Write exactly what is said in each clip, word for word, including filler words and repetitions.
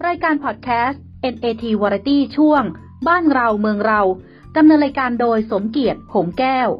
รายการพอดแคสต์ เอ็น เอ ที Variety ช่วงบ้านเราเมืองเราดำเนินรายการโดยสมเกียรติหงแก้ว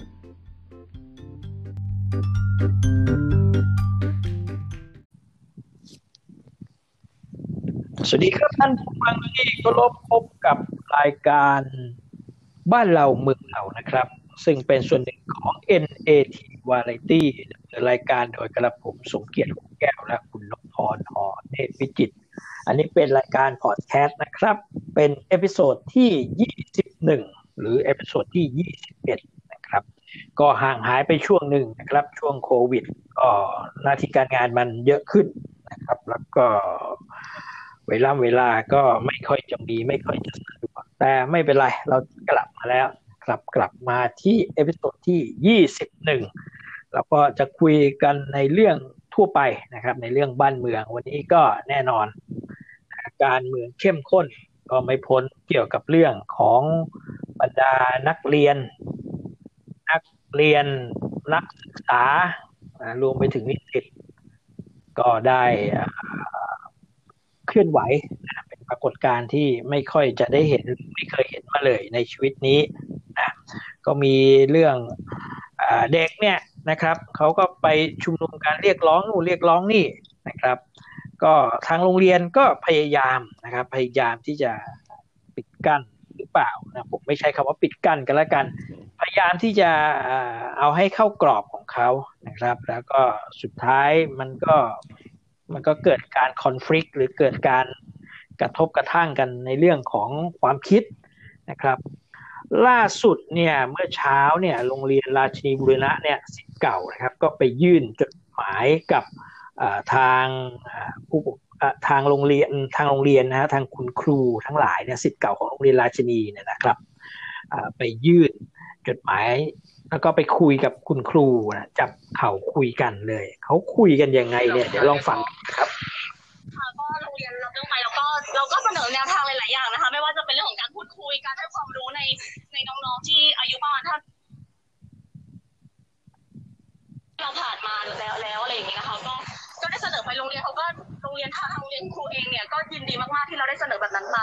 สวัสดีครับท่านผู้ฟังที่เคารพพบกับรายการบ้านเราเมืองเรานะครับซึ่งเป็นส่วนหนึ่งของ เอ็น เอ ที Variety รายการโดยกระผมสมเกียรติหงแก้วและคุณนพพร หอเนตรวิจิตรอันนี้เป็นรายการพอดแคสต์นะครับเป็นเอพิโซดที่ยี่สิบเอ็ดหรือเอพิโซดที่ยี่สิบเอ็ดนะครับก็ห่างหายไปช่วงหนึ่งนะครับช่วงโควิดก็หน้าที่การงานมันเยอะขึ้นนะครับแล้วก็เวลาเวลาก็ไม่ค่อยจะมีไม่ค่อยจะสะดวกแต่ไม่เป็นไรเรากลับมาแล้วกลับกลับมาที่เอพิโซดที่ยี่สิบเอ็ดแล้วก็จะคุยกันในเรื่องทั่วไปนะครับในเรื่องบ้านเมืองวันนี้ก็แน่นอนการเมืองเข้มข้นก็ไม่พ้นเกี่ยวกับเรื่องของบรรดานักเรียนนักเรียนนักศึกษารวมไปถึงนิสิตก็ได้เคลื่อนไหวเป็นปรากฏการณ์ที่ไม่ค่อยจะได้เห็นไม่เคยเห็นมาเลยในชีวิตนี้นะก็มีเรื่องอ่าเด็กเนี่ยนะครับเขาก็ไปชุมนุมการเรียกร้องนู่นเรียกร้องนี่นะครับก็ทางโรงเรียนก็พยายามนะครับพยายามที่จะปิดกั้นหรือเปล่านะผมไม่ใช้คำว่าปิดกั้นกันแล้วกันพยายามที่จะเอาให้เข้ากรอบของเขานะครับแล้วก็สุดท้ายมันก็มันก็เกิดการคอนฟลิกต์หรือเกิดการกระทบกระทั่งกันในเรื่องของความคิดนะครับล่าสุดเนี่ยเมื่อเช้าเนี่ยโรงเรียนราชินีบุรณะเนี่ยศิษย์เก่านะครับก็ไปยื่นจดหมายกับทางผู้ทางโรงเรียนทางโรงเรียนนะฮะทางคุณครูทั้งหลายเนี่ยศิษย์เก่าของโรงเรียนราชินีเนี่ยนะครับไปยื่นจดหมายแล้วก็ไปคุยกับคุณครูนะจับเข่าคุยกันเลยเขาคุยกันยังไงเนี่ยเดี๋ยวลองฟังครับค่ะก็โรงเรียนเราเรื่องไปแล้วก็เราก็เสนอแนวทางหลายๆอย่างนะคะไม่ว่าจะเป็นเรื่องของการพูดคุยการให้ความรู้ในในน้องๆที่อายุประมาณถ้าเราผ่านมาแล้วแล้วอะไรอย่างเงี้ยนะคะก็ก็ได้เสนอไปโรงเรียนเขาก็โรงเรียนทางโรงเรียนครูเองเนี่ยก็ยินดีมากๆที่เราได้เสนอแบบนั้นไป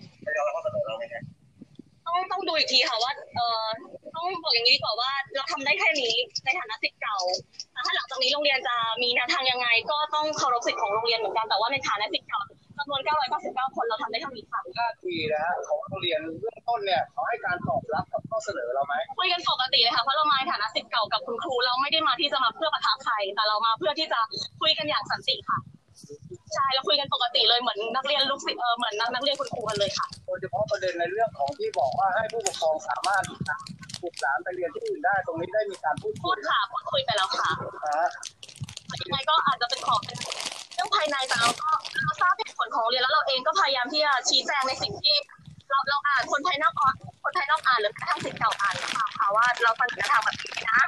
ต้องต้องดูอีกทีค่ะว่าเอ่อต้องบอกอย่างนี้ดีกว่าว่าเราทำได้แค่นี้ในฐานะศิษย์เก่าแต่ถ้าหลังจากนี้โรงเรียนจะมีแนวทางยังไงก็ต้องเคารพสิทธิ์ของโรงเรียนเหมือนกันแต่ว่าในฐานะศิษย์เก่าจำนวนเก้าร้อยเก้าสิบเก้าคนเราทำได้เท่านี้ค่ะท่าทีนะฮะของโรงเรียนเบื้องต้นเนี่ยเขาให้การตอบรับกับข้อเสนอเราไหมคุยกันปกติเลยค่ะเพราะเรามาในฐานะศิษย์เก่ากับคุณครูเราไม่ได้มาที่จะมาเพื่อปะทะใครแต่เรามาเพื่อที่จะคุยกันอย่างสันติค่ะใช่เราคุยกันปกติเลยเหมือนนักเรียนลูกศิษย์เออเหมือนนักเรียนคุณครูกันเลยค่ะโดยเฉพาะประเด็นในเรื่องของที่บอกว่าให้ผู้ปกครองสามารถบุตรหลานไปเรียนที่อื่นได้ตรงนี้ได้มีการพูดพูดค่ะพูดคุยไปแล้วค่ะยังไงก็อาจจะเป็นของเรื่องภายในแต่เราก็เราทราบเหตุผลของโรงเรียนแล้วเราเองก็พยายามที่จะชี้แจงในสิ่งที่เราเราอ่านคนภายนอกอ่านคนภายนอกอ่านหรือทางศิษย์เก่าอ่านค่ะว่าเราเสนอทางแบบนี้นะ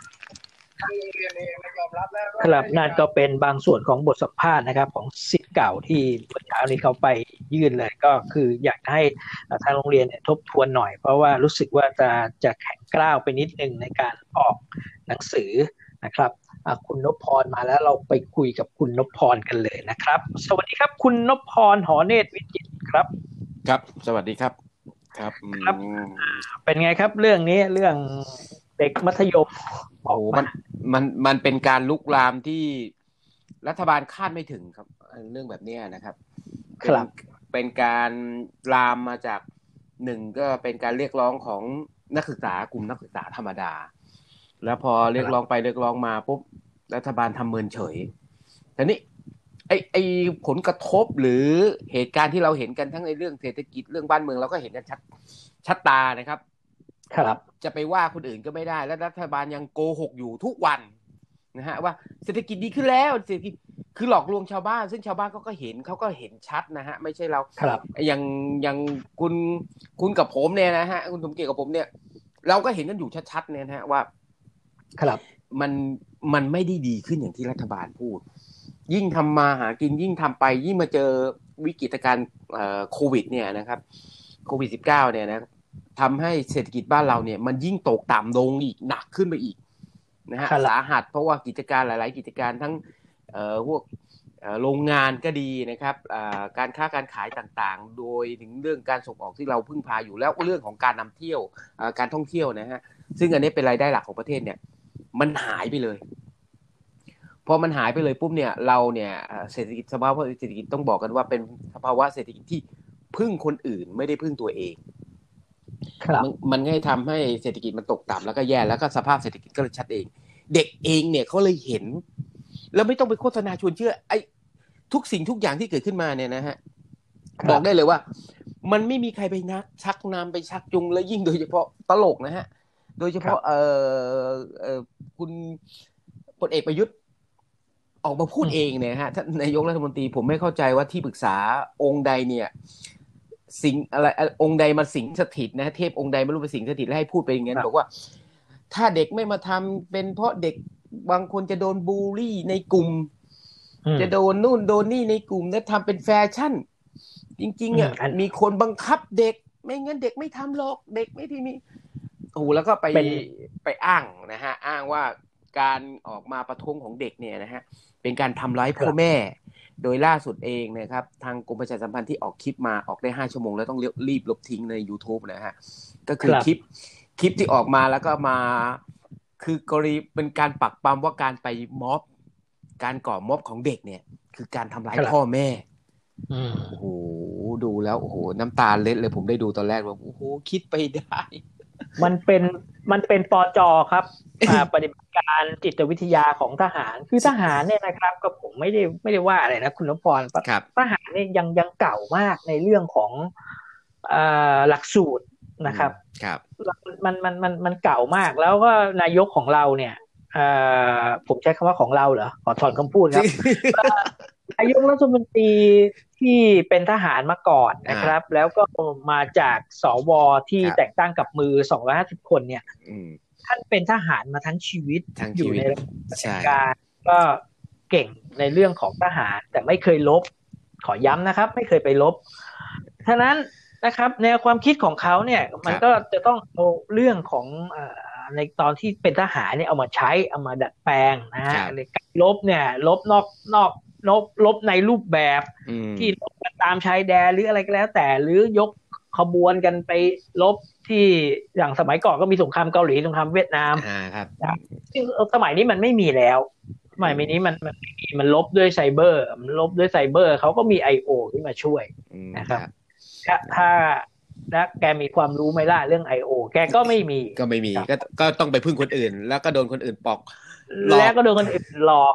ครับนั่นก็เป็นบางส่วนของบทสัมภาษณ์นะครับของศิษย์เก่าที่เมื่อเช้านี้เขาไปยื่นเลยก็คืออยากให้ทางโรงเรียนเนี่ยทบทวนหน่อยเพราะว่ารู้สึกว่าจะจะแข็งกร้าวไปนิดนึงในการออกหนังสือนะครับคุณนพพรมาแล้วเราไปคุยกับคุณนพพรกันเลยนะครับสวัสดีครับคุณนพพรหอเนตรวิจิตรครับครับสวัสดีครับครับครับเป็นไงครับเรื่องนี้เรื่องเด็กมัธยมโอ้มันมันมันเป็นการลุกลามที่รัฐบาลคาดไม่ถึงครับเรื่องแบบนี้นะครับครับเป็นการลามมาจากหนึ่งก็เป็นการเรียกร้องของนักศึกษากลุ่มนักศึกษาธรรมดาแล้วพอเรียกร้องไปเรียกร้องมาปุ๊บรัฐบาลทำเมินเฉยแต่นี่ไอไอผลกระทบหรือเหตุการณ์ที่เราเห็นกันทั้งในเรื่องเศรษฐกิจเรื่องบ้านเมืองเราก็เห็นกันชัดชัดตานะครับครับจะไปว่าคนอื่นก็ไม่ได้และรัฐบาลยังโกหกอยู่ทุกวันนะฮะว่าเศรษฐกิจดีขึ้นแล้วเศรษฐกิจคือหลอกลวงชาวบ้านซึ่งชาวบ้านก็ก็เห็นเขาก็เห็นชัดนะฮะไม่ใช่เราอย่างอย่างคุณคุณกับผมเนี่ยนะฮะคุณสมเกียรติกับผมเนี่ยเราก็เห็นกันอยู่ชัดๆเนี่ยนะฮะว่าครับมันมันไม่ได้ดีขึ้นอย่างที่รัฐบาลพูดยิ่งทำมาหากินยิ่งทำไปยิ่งมาเจอวิกฤตการณ์โควิดเนี่ยนะครับโควิดสิบเก้าเนี่ยนะทำให้เศรษฐกิจบ้านเราเนี่ยมันยิ่งตกต่ำลงอีกหนักขึ้นไปอีกนะฮะสาหัสเพราะว่ากิจการหลายๆกิจการทั้งเอ่อพวกโรงงานก็ดีนะครับการค้าการขายต่างๆโดยถึงเรื่องการส่งออกที่เราพึ่งพาอยู่แล้วเรื่องของการนำเที่ยวการท่องเที่ยวนะฮะซึ่งอันนี้เป็นรายได้หลักของประเทศเนี่ยมันหายไปเลยพอมันหายไปเลยปุ๊บเนี่ยเราเนี่ยเศรษฐกิจสภาวะเศรษฐกิจต้องบอกกันว่าเป็นสภาวะเศรษฐกิจที่พึ่งคนอื่นไม่ได้พึ่งตัวเองมันมันก็ทำให้เศรษฐกิจมันตกต่ำแล้วก็แย่แล้วก็สภาพเศรษฐกิจก็เลยชัดเองเด็กเองเนี่ยเขาเลยเห็นแล้วไม่ต้องไปโฆษณาชวนเชื่อไอ้ทุกสิ่งทุกอย่างที่เกิดขึ้นมาเนี่ยนะฮะบอกได้เลยว่ามันไม่มีใครไปนักชักนำไปชักจูงและยิ่งโดยเฉพาะตลกนะฮะโดยเฉพาะเอ่อเอ่อคุณพลเอกประยุทธ์ออกมาพูดเองเนี่ยฮะท่านนายกรัฐมนตรีผมไม่เข้าใจว่าที่ปรึกษาองค์ใดเนี่ยสิงอะไรองค์ใดมาสิงสถิตนะเทพองค์ใดไม่รู้ไปสิงสถิตแล้วให้พูดไปอย่างนั้นบอกว่าถ้าเด็กไม่มาทำเป็นเพราะเด็กบางคนจะโดนบูลลี่ในกลุ่มจะโดนนู่นโดนนี่ในกลุ่มแล้วทำเป็นแฟชั่นจริงๆอ่ะมีคนบังคับเด็กไม่งั้นเด็กไม่ทำหรอกเด็กไม่ที่มีโอ้แล้วก็ไปไปอ้างนะฮะอ้างว่าการออกมาประท้วงของเด็กเนี่ยนะฮะเป็นการทำร้ายพ่อแม่โดยล่าสุดเองนะครับทางกรมประชาสัมพันธ์ที่ออกคลิปมาออกได้ห้าชั่วโมงแล้วต้องรีบลบทิ้งใน YouTube นะฮะก็คือคลิปคลิปที่ออกมาแล้วก็มาคือกรณีเป็นการปักปั๊มว่าการไปม็อบการก่อม็อบของเด็กเนี่ยคือการทำร้ายพ่อแม่โอ้โหดูแล้วโอ้โหน้ำตาเล็ดเลยผมได้ดูตอนแรกว่าโอ้โหคิดไปได้มันเป็นมันเป็นปจ.ครับปฏิบัติการจิตวิทยาของทหารคือทหารเนี่ยนะครับก็ผมไม่ได้ไม่ได้ว่าอะไรนะคุณนพพรทหารเนี่ยยังยังเก่ามากในเรื่องของเอ่อหลักสูตรนะครับครับมันมันมันมันเก่ามากแล้วก็นายกของเราเนี่ยเอ่อผมใช้คำว่าของเราเหรอขอถอนคำพูดครับ นายกรัฐมนตรีที่เป็นทหารมาก่อนนะครับแล้วก็มาจากสวที่แต่งตั้งกับมือสองร้อยห้าสิบคนเนี่ยท่านเป็นทหารมาทั้งชีวิตอยู่ในราชการก็เก่งในเรื่องของทหารแต่ไม่เคยลบขอย้ำนะครับไม่เคยไปลบฉะนั้นนะครับแนวความคิดของเขาเนี่ยมันก็จะต้องเอาเรื่องของในตอนที่เป็นทหารเนี่ยเอามาใช้เอามาดัดแปลงนะฮะในการลบเนี่ยลบนอกนอกลบลบในรูปแบบที่ลบกันตามชายแดนหรืออะไรก็แล้วแต่หรือยกขบวนกันไปลบที่อย่างสมัยก่อนก็มีสงครามเกาหลีสงครามเวียดนามอ่าครับซึ่งสมัยนี้มันไม่มีแล้วสมัยนี้มันมันมันลบด้วยไซเบอร์มันลบด้วยไซเบอร์เขาก็มี ไอ โอ ที่มาช่วยนะครับถ้าถ้าแล้วแกมีความรู้ไหมล่ะเรื่อง ไอ โอ แกก็ไม่มีก็ไม่มีก็ก็ต้องไปพึ่งคนอื่นแล้วก็โดนคนอื่นปอกแล้วก็โดนคนอื่นหลอก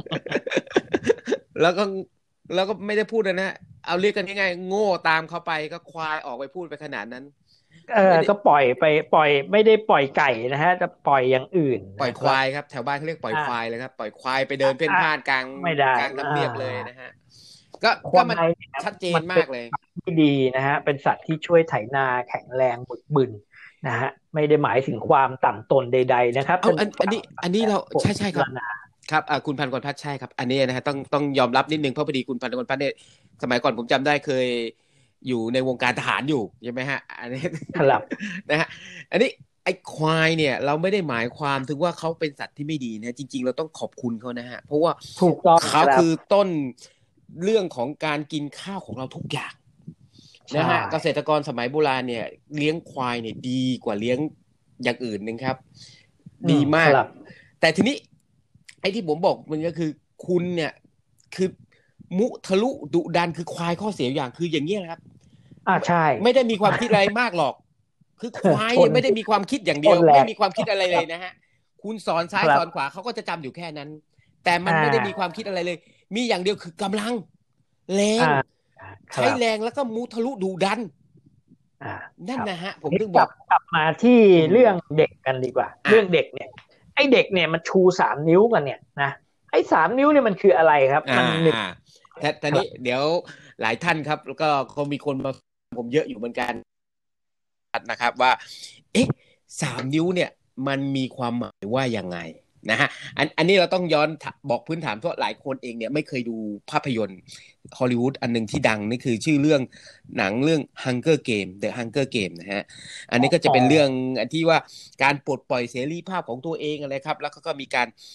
แล้วก็แล้วก็ไม่ได้พูดนะเอาเรียกกันง่ายๆโง่ตามเขาไปก็ควายออกไปพูดไปขนาดนั้นเออก็ปล่อยไปปล่อยไม่ได้ปล่อยไก่นะฮะจะปล่อยอย่างอื่นปล่อยควายครับแถวบ้านเขาเรียกปล่อยควายเลยครับปล่อยควายไปเดินเพ่นพ่านกลางกลางทำเนียบเลยนะฮะก็ก็มันชัดเจนมากเลยที่ดีนะฮะเป็นสัตว์ที่ช่วยไถนาแข็งแรงบึกบึนนะฮะไม่ได้หมายถึงความต่ำตนใดๆนะครับอันอันนี้อันนี้เราใช่ใช่ครับครับคุณพันกรพัฒน์ใช่ครับอันนี้นะฮะต้องต้องยอมรับนิดนึงเพราะพอดีคุณพันกรพัฒน์เนี่ยสมัยก่อนผมจำได้เคยอยู่ในวงการทหารอยู่ใช่ไหมฮะอันนี้ครับนะฮะอันนี้ไอ้ควายเนี่ยเราไม่ได้หมายความถึงว่าเขาเป็นสัตว์ที่ไม่ดีนะจริงๆเราต้องขอบคุณเขานะฮะเพราะว่าถูกต้องเขาคือต้นเรื่องของการกินข้าวของเราทุกอย่างนะฮะเกษตรกรสมัยโบราณเนี่ยเลี้ยงควายเนี่ยดีกว่าเลี้ยงอย่างอื่นนึงครับดีมากแต่ทีนี้ไอ้ที่ผมบอกมันก็คือคุณเนี่ยคือมุทะลุดุดันคือควายข้อเสียอย่างคืออย่างเงี้ยครับอ่าใช่ไม่ได้มีความคิดอะไรมากหรอกคือควายเนี่ยไม่ได้มีความคิดอย่างเดียวไม่มีความคิดอะไรเลยนะฮะคุณสอนซ้ายสอนขวาเขาก็จะจำอยู่แค่นั้นแต่มันไม่ได้มีความคิดอะไรเลยมีอย่างเดียวคือกำลังแรงใช้แรงแล้วก็มุทะลุดุดันนั่นนะฮะผมถึงบอกกลับมาที่เรื่องเด็กกันดีกว่าเรื่องเด็กเนี่ยไอ้เด็กเนี่ยมันชูสามนิ้วกันเนี่ยนะไอ้สามนิ้วเนี่ยมันคืออะไรครับมันหนึ่งแต่ตอนนี้เดี๋ยวหลายท่านครับแล้วก็เขามีคนมาผมเยอะอยู่เหมือนกันนะครับว่าเอ๊ะสามนิ้วเนี่ยมันมีความหมายว่ายังไงนะฮะอันอันนี้เราต้องย้อนบอกพื้นฐานเพราะหลายคนเองเนี่ยไม่เคยดูภาพยนตร์ฮอลลีวูดอันนึงที่ดังนี่คือชื่อเรื่องหนังเรื่อง Hunger Game The Hunger Game นะฮะอันนี้ก็จะเป็นเรื่องที่ว่าการปลดปล่อยเสรีภาพของตัวเองอะไรครับแล้วก็มีการ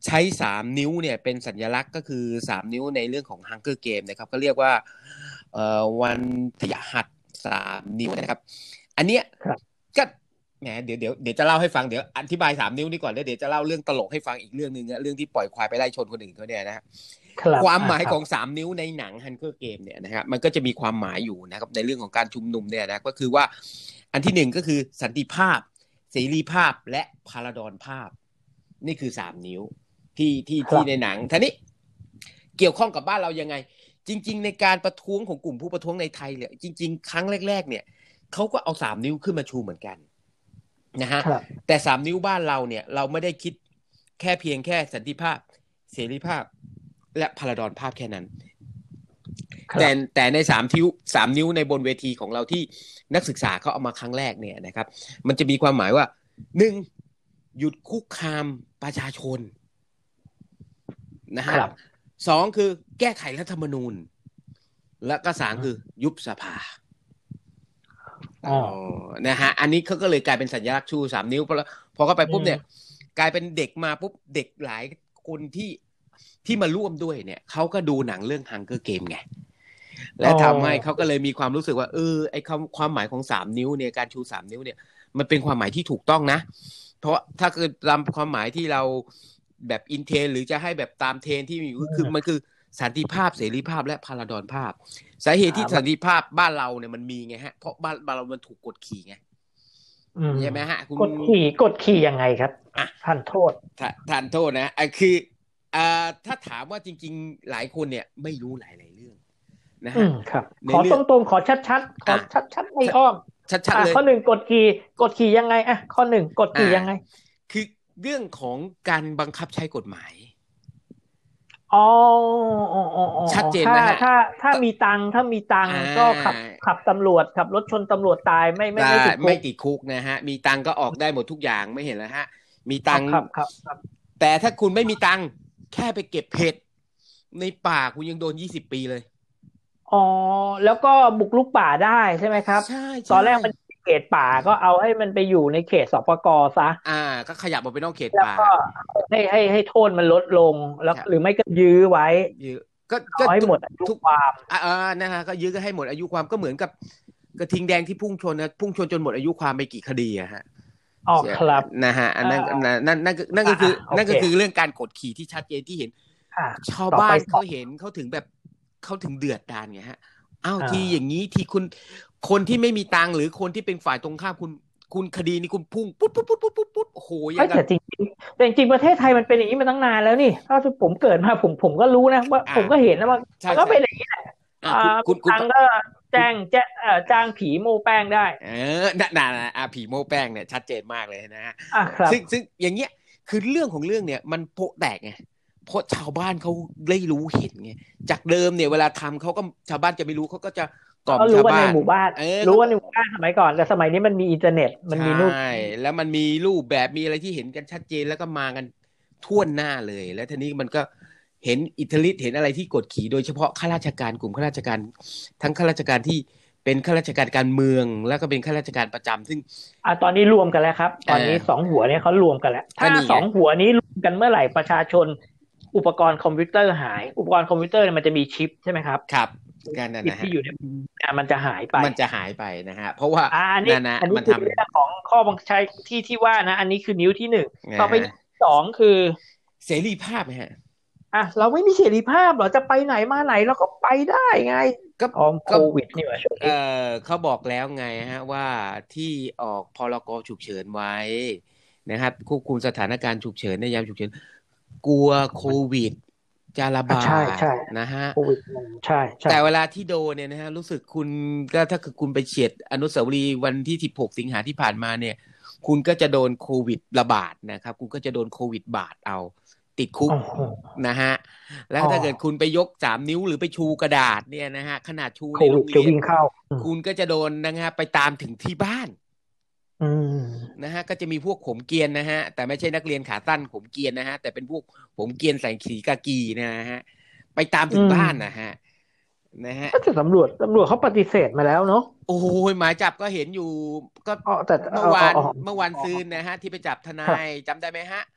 ใช้สามนิ้วเนี่ยเป็นสัญลักษณ์ก็คือสามนิ้วในเรื่องของ Hunger Game นะครับก็เรียกว่าเอ่อวันพฤหัสสามนิ้วนะครับอันเนี้ยก็แหมเดี๋ยวเดี๋ยวเดี๋ยวจะเล่าให้ฟังเดี๋ยวอธิบายสามนิ้วนี่ก่อนแล้วเดี๋ยวจะเล่าเรื่องตลกให้ฟังอีกเรื่องนึงเรื่องที่ปล่อยควายไปไล่ชนคนอื่นเขาเนี่ยนะความหมายของสามนิ้วในหนัง Hunger Game เนี่ยนะฮะมันก็จะมีความหมายอยู่นะครับในเรื่องของการชุมนุมเนี่ยนะก็คือว่าอันที่หนึ่งก็คือสันติภาพเสรีภาพและพาราดอนภาพนี่คือสามนิ้วที่ที่ที่ในหนังทีนี้เกี่ยวข้องกับบ้านเรายังไงจริงๆในการประท้วงของกลุ่มผู้ประท้วงในไทยเนี่ยจริงๆครั้งแรกๆเนี่ยเขาก็เอาสามนิ้วขึ้นมาชูเหมือนกันนะฮะแต่สามนิ้วบ้านเราเนี่ยเราไม่ได้คิดแค่เพียงแค่สันติภาพเสรีภาพและพาราดอนภาพแค่นั้นแต่แต่ในสามนิ้วสามนิ้วในบนเวทีของเราที่นักศึกษาเขาเอามาครั้งแรกเนี่ยนะครับมันจะมีความหมายว่าหนึ่งหยุดคุกคามประชาชนนะฮะสองคือแก้ไขรัฐธรรมนูญและก็สามคือยุบสภาอ๋อนะฮะอันนี้เขาก็เลยกลายเป็นสัญลักษณ์ชูสามนิ้วพอพอเข้าไปปุ๊บเนี่ยกลายเป็นเด็กมาปุ๊บเด็กหลายคนที่ที่มาร่วมด้วยเนี่ยเขาก็ดูหนังเรื่อง Hunger Game ไงและทำให้เขาก็เลยมีความรู้สึกว่าเออไอ้ความหมายของสามนิ้วเนี่ยการชูสามนิ้วเนี่ยมันเป็นความหมายที่ถูกต้องนะเพราะถ้าคือตามความหมายที่เราแบบอินเทรนหรือจะให้แบบตามเทรนที่มีคือมันคือสันติภาพเสรีภาพและพาราดอนภาพสาเหตุที่สันติภาพบ้านเราเนี่ยมันมีไงฮะเพราะบ้านบ้านเรามันถูกกดขี่ไงใช่ไหมฮะกดขี่กดขี่ยังไงครับท่านโทษท่านโทษนะอ่ะคืออ่าถ้าถามว่าจริงๆหลายคนเนี่ยไม่รู้หลายๆเรื่องนะฮะครับขอตรงๆขอชัดๆขอชัดๆไม่อ้อมชัดๆเลยข้อหนึ่งกดขี่กดขี่ยังไงอ่ะข้อหนึ่งกดขี่ยังไงคือเรื่องของการบังคับใช้กฎหมายอ๋ออ๋ออ๋อชัดเจนนะฮะถ้าถ้ามีตังค์ถ้ามีตังค์ก็ขับขับตำรวจขับรถชนตำรวจตายไม่ไม่ไม่ติดคุกไม่ติดคุกนะฮะมีตังค์ก็ออกได้หมดทุกอย่างไม่เห็นแล้วฮะมีตังค์ครับครับครับแต่ถ้าคุณไม่มีตังค์แค่ไปเก็บเห็ดในป่าคุณยังโดนยี่สิบปีเลยอ๋อแล้วก็บุกรุกป่าได้ใช่ไหมครับใช่ตอนแรกมันเขตป่าก็เอาให้มันไปอยู่ในเขตสปก.ซะอ่าก็ขยับออกไปนอกเขตป่าแล้วก็ให้ให้ให้โทษมันลดลงแล้วหรือไม่ก็ยื้อไว้ยื้อก็ก็ให้หมดอายุความอ่านะฮะก็ยื้อก็ให้หมดอายุความก็เหมือนกับกระทิงแดงที่พุ่งชนนะพุ่งชนจนหมดอายุความไปกี่คดีอะฮะอ๋อครับนะฮะอันนั้นนั่นนั่นนั่นก็คือนั่นก็คือเรื่องการกดขี่ที่ชัดเจนที่เห็นชาวบ้านเขาเห็นเขาถึงแบบเขาถึงเดือดดาลไงฮะอ้าวทีอย่างนี้ที่คุณคนที่ไม่มีตังค์หรือคนที่เป็นฝ่ายตรงข้ามคุณคุณคดีนี้คุณพุ่งปุ๊บปุ๊บปุ๊บปุ๊บปุ๊บปุ๊บโอ้โหอย่างแต่จริงแต่จริงประเทศไทยมันเป็นอย่างนี้มาตั้งนานแล้วนี่ถ้าผมเกิดมาผมผมก็รู้นะว่าผมก็เห็นนะว่ามันก็เป็นอย่างนี้แหละคุณตังก็แจ้งแจ้งจ้างผีโม้แป้งได้เออน่ะน่ะอ่ะผีโม้แป้งเนี่ยชัดเจนมากเลยนะฮะซึ่งซึ่งอย่างเงี้ยคือเรื่องของเรื่องเนี่ยมันโปะแตกไงเพราะชาวบ้านเขาได้รู้เห็นไงจากเดิมเนี่ยเวลาทำเขาก็ชาวบ้านจะไม่รู้เขาก็จะกล่อมชาวบ้านรู้ว่าในหมู่บ้านรู้ว่าในหมู่บ้านสมัยก่อนแต่สมัยนี้มันมีอินเทอร์เน็ตมันมีรูปใช่แล้วมันมีรูปแบบมีอะไรที่เห็นกันชัดเจนแล้วก็มากันทั่วหน้าเลยแล้วทีนี้มันก็เห็นอิทธิฤทธิ์เห็นอะไรที่กดขี่โดยเฉพาะข้าราชการกลุ่มข้าราชการทั้งข้าราชการที่เป็นข้าราชการการเมืองแล้วก็เป็นข้าราชการประจำซึ่งอ่ะตอนนี้รวมกันแล้วครับตอนนี้สองหัวเนี่ยเขารวมกันแล้วถ้าสองหัวนี้รวมกันเมื่อไหร่ประชาชนอุปกรณ์คอมพิวเตอร์หายอุปกรณ์คอมพิวเตอร์มันจะมีชิปใช่ไหมครับครับการนั้นนะที่อยู่ในมันจะหายไปมันจะหายไปนะฮะเพราะว่าอันนี้อันนี้คือเรื่องของข้อบังคับใช้ที่ที่ว่านะอันนี้คือนิ้วที่หนึ่งต่อไปสองคือเสรีภาพฮะอ่ะเราไม่มีเสรีภาพหรอจะไปไหนมาไหนเราก็ไปได้ไงก็โควิดนี่ว่าช่วงนี้เออเขาบอกแล้วไงฮะว่าที่ออกพรกฉุกเฉินไว้นะครับควบคุมสถานการณ์ฉุกเฉินในยามฉุกเฉินกลัวโควิดจะระบาดนะฮะโควิดใช่ใช่แต่เวลาที่โดนเนี่ยนะฮะรู้สึกคุณก็ถ้าคือคุณไปเฉียดอนุสาวรีย์วันที่สิบหกสิงหาที่ผ่านมาเนี่ยคุณก็จะโดนโควิดระบาดนะครับคุณก็จะโดนโควิดบาดเอาติดคุกนะฮะแล้วถ้าเกิดคุณไปยกสามนิ้วหรือไปชูกระดาษเนี่ยนะฮะขนาดชูในโรงเรียนคุณก็จะโดนนะฮะไปตามถึงที่บ้านนะฮะก็จะมีพวกผมเกียนนะฮะแต่ไม่ใช่นักเรียนขาสั้นผมเกียนนะฮะแต่เป็นพวกผมเกียนใส่สีกากีนะฮะไปตามถึงบ้านนะฮะนะฮะก็จะตำรวจตำรวจเขาปฏิเสธมาแล้วเนาะโอ้ยหมายจับก็เห็นอยู่ก็เมื่อวานเมื่อวานซืนนะฮะที่ไปจับทนายจำได้ไหมฮะ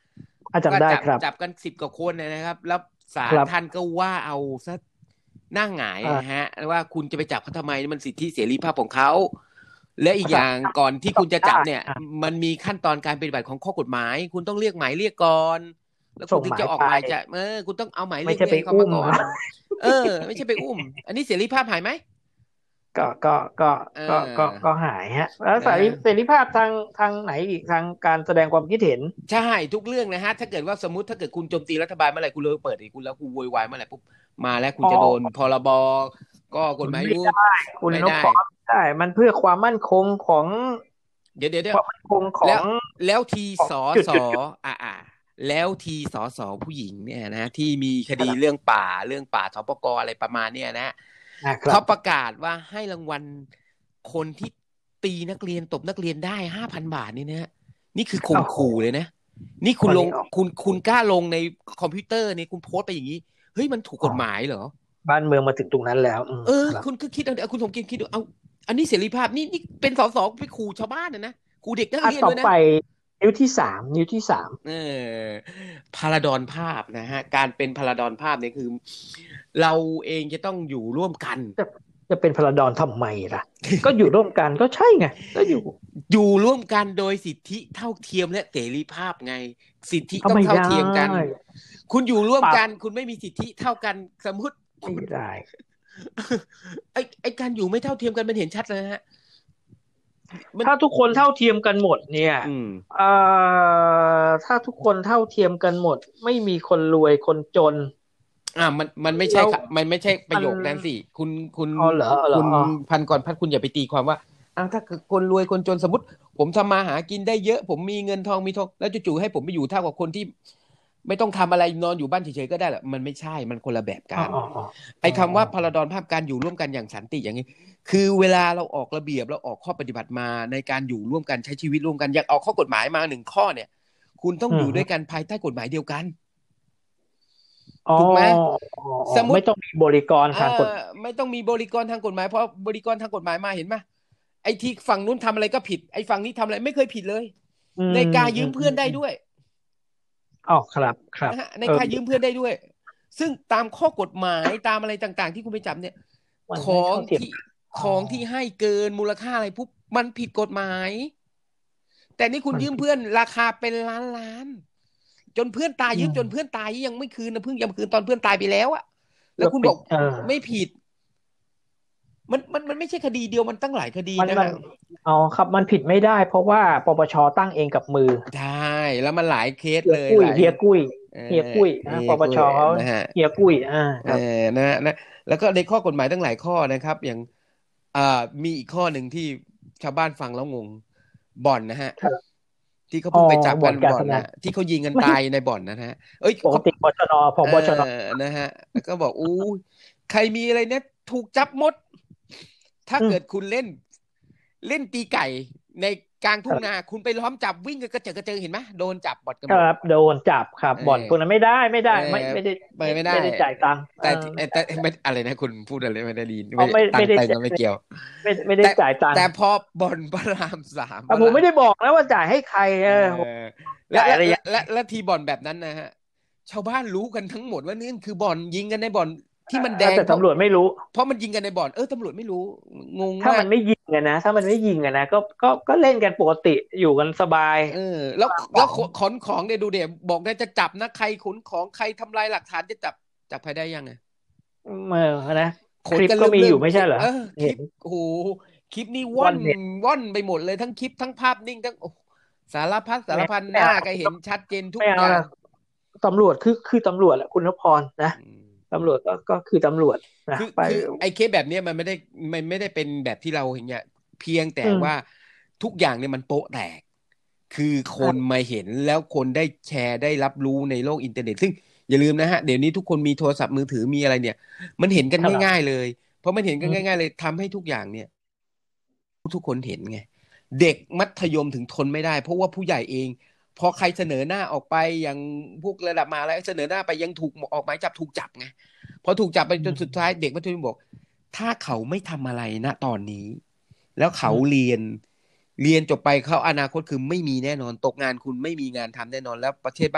อาจารย์ได้ครับจับกันสิบกว่าคนนะครับแล้วศาลท่านก็ว่าเอาซะนั่งหงายนะฮะว่าคุณจะไปจับเขาทำไมมันสิทธิเสรีภาพของเขาและอีกอย่างก่อนที่คุณจะจับเนี่ยมันมีขั้นตอนการปฏิบัติของข้อกฎหมายคุณต้องเรียกหมายเรียกก่อนแล้วคุณถึงจะออกหมายจะเออคุณต้องเอาหมายเรียกเขามาก่อนเออไม่ใช่ไปอุ้มอันนี้เสรีภาพหายไหมก็ก็ก็ก็ก็ก็หายฮะแล้วเสรีเสรีภาพทางทางไหนอีกทางการแสดงความคิดเห็นใช่ทุกเรื่องนะฮะถ้าเกิดว่าสมมุติถ้าเกิดคุณโจมตีรัฐบาลเมื่อไหร่คุณเลยเปิดอีกคุณแล้วคุณโวยวายเมื่อไหร่ปุ๊บมาแล้วคุณจะโดนพรบก็กฎหมายไม่ได้คุณนพพรใช่มันเพื่อความมั่นคงของเดี๋ยวเดี๋ยวความมั่นคงของแล้วแล้วทีสอสออ่าอ่าแล้วทีสอสอผู้หญิงเนี่ยนะที่มีคดีเรื่องป่าเรื่องป่าสปก.อะไรประมาณเนี้ยนะเขาประกาศว่าให้รางวัลคนที่ตีนักเรียนตบนักเรียนได้ ห้าพัน บาทนี่นะนี่คือข่มขู่เลยนะนี่คุณลงคุณคุณกล้าลงในคอมพิวเตอร์นี่คุณโพสต์ไปอย่างนี้เฮ้ยมันถูกกฎหมายเหรอบ้านเมืองมาถึงตรงนั้นแล้วเออคุณก็คิดเอาคุณสมคิดคิดดูเอาอันนี้เสรีภาพนี่นี่เป็นสสไปขู่ชาวบ้านนะนะขู่เด็กนักเรียนเลยนะต่อไปนิ้วที่สามนิ้วที่สามเออพาราดอนภาพนะฮะการเป็นพาราดอนภาพเนี่ยคือเราเองจะต้องอยู่ร่วมกันจะจะเป็นพาราดอนทำไมล่ะ ก็อยู่ร่วมกันก็ใช่ไงก็อยู่อยู่ร่วมกันโดยสิทธิเท่าเทียมและเสรีภาพไงสิทธิต้องเท่าเทียมกันคุณอยู่ร่วมกันคุณไม่มีสิทธิเท่ากันสมมติไม่ได้ไอ้ไอ้การอยู่ไม่เท่าเทียมกันมันเห็นชัดเลยฮะถ้าทุกคนเท่าเทียมกันหมดเนี่ยเอ่อถ้าทุกคนเท่าเทียมกันหมดไม่มีคนรวยคนจนอ่ามันมันไม่ใช่มันไม่ใช่ประโยคนั้นสิคุณคุณคุณพันก่อนพัดคุณอย่าไปตีความว่าอ่าถ้าคนรวยคนจนสมมติผมทำมาหากินได้เยอะผมมีเงินทองมีทองแล้วจู่ๆให้ผมไปอยู่เท่ากับคนที่ไม่ต้องทำอะไรนอนอยู่บ้านเฉยๆก็ได้แหละมันไม่ใช่มันคนละแบบกันไอ้คำว่าพาราดอนภาพการอยู่ร่วมกันอย่างสันติอย่างนี้คือเวลาเราออกระเบียบเราออกข้อปฏิบัติมาในการอยู่ร่วมกันใช้ชีวิตร่วมกันอยากออกข้อกฎหมายมาหนึ่งข้อเนี่ยคุณต้องอยู่ด้วยกันภายใต้กฎหมายเดียวกันถูกไหมสมมติไม่ต้องมีบริกรทางกฎไม่ต้องมีบริกรทางกฎหมายเพราะบริกรทางกฎหมายมาเห็นไหมไอ้ที่ฝั่งนู้นทำอะไรก็ผิดไอ้ฝั่งนี้ทำอะไรไม่เคยผิดเลยในการยืมเพื่อนได้ด้วยอ๋อครับครับในการยืมเพื่อนได้ด้วยซึ่งตามข้อกฎหมายตามอะไรต่างๆที่คุณไปจับเนี่ยของที่ของที่ให้เกินมูลค่าอะไรปุ๊บมันผิดกฎหมายแต่นี่คุณยืมเพื่อนราคาเป็นล้านล้านจนเพื่อนตายยืมจนเพื่อนตายยังไม่คืนนะเพิ่งยังคืนตอนเพื่อนตายไปแล้วอะแล้วคุณบอกไม่ผิดมันมันมันไม่ใช่คดีเดียวมันตั้งหลายคดีนะอ๋อครับมันผิดไม่ได้เพราะว่าปปชตั้งเองกับมือใช่แล้วมันหลายเคสเลยเฮียกุ้ยเฮียกุ้ยนะปปชเขาเฮียกุ้ยอ่าเออนะนะแล้วก็ในข้อกฎหมายตั้งหลายข้อนะครับอย่างอ่ามีอีกข้อหนึ่งที่ชาวบ้านฟังแล้วงงบ่อนนะฮะที่เขาเพิ่งไปจับกันบ่อนนะที่เขายิงกันตายในบ่อนนะฮะเอ้ยปกติบชนพบชนนะฮะแล้วก็บอกอู้ใครมีอะไรเนี่ยถูกจับหมดถ้าเกิดคุณเล่นเล่นตีไก่ในกลางทุ่งนาคุณไปล้อมจับวิ่งกระเจิงกระเจิงเห็นไหมโดนจับบ่อนกันครับโดนจับครับบ่อนพวกนั้นไม่ได้ไม่ได้ไม่ไม่ได้ไม่ได้ไม่ได้จ่ายตังค์แต่แต่ไม่อะไรนะคุณพูดอะไรไม่ได้ดีไม่ไม่ได้ไม่เกี่ยวไม่ไม่ได้จ่ายตังค์แต่พอบ่อนพระรามสามผมไม่ได้บอกนะว่าจ่ายให้ใครเออและและและทีบ่อนแบบนั้นนะฮะชาวบ้านรู้กันทั้งหมดว่านี่คือบ่อนยิงกันในบ่อนที่มันแดงแต่ตำรวจไม่รู้เพราะมันยิงกันในบ่อนเออตำรวจไม่รู้งงมากถ้ามันไม่ยิงกันนะถ้ามันไม่ยิงกันนะก็ก็ก็เล่นกันปกติอยู่กันสบายเออแล้วแล้วขนของเนี่ยดูเดี๋ยวบอกได้จะจับนะใครขนของใครทำลายหลักฐานจะจับจับใครได้ยังไงเออนะคลิปก็มีอยู่ไม่ใช่เหรอคลิปโอ้โหคลิปนี้ว่อนว่อนไปหมดเลยทั้งคลิปทั้งภาพนิ่งทั้งสารพัดสารพันหน้าก็เห็นชัดเจนทุกอย่างตำรวจคือคือตำรวจแหละคุณนพพรนะตำรวจก็ก็คือตำรวจนะไปไอ้เคสแบบนี้มันไม่ได้มันไม่ได้เป็นแบบที่เราเห็นเนี่ยเพียงแต่ว่าทุกอย่างเนี่ยมันโป๊ะแตกคือคนมาเห็นแล้วคนได้แชร์ได้รับรู้ในโลกอินเทอร์เน็ตซึ่งอย่าลืมนะฮะเดี๋ยวนี้ทุกคนมีโทรศัพท์มือถือมีอะไรเนี่ยมันเห็นกันง่ายๆเลยเพราะมันเห็นกันง่ายๆเลยทำให้ทุกอย่างเนี่ยทุกคนเห็นไงเด็กมัธยมถึงทนไม่ได้เพราะว่าผู้ใหญ่เองพอใครเสนอหน้าออกไปอย่างพวกระดับมาแล้วเสนอหน้าไปยังถูกออกหมายจับถูกจับไงพอถูกจับไปจนสุดท้ายเด็กมัธยมบอกถ้าเขาไม่ทำอะไรณตอนนี้แล้วเขาเรียนเรียนจบไปเขาอนาคตคือไม่มีแน่นอนตกงานคุณไม่มีงานทำแน่นอนแล้วประเทศบ้าน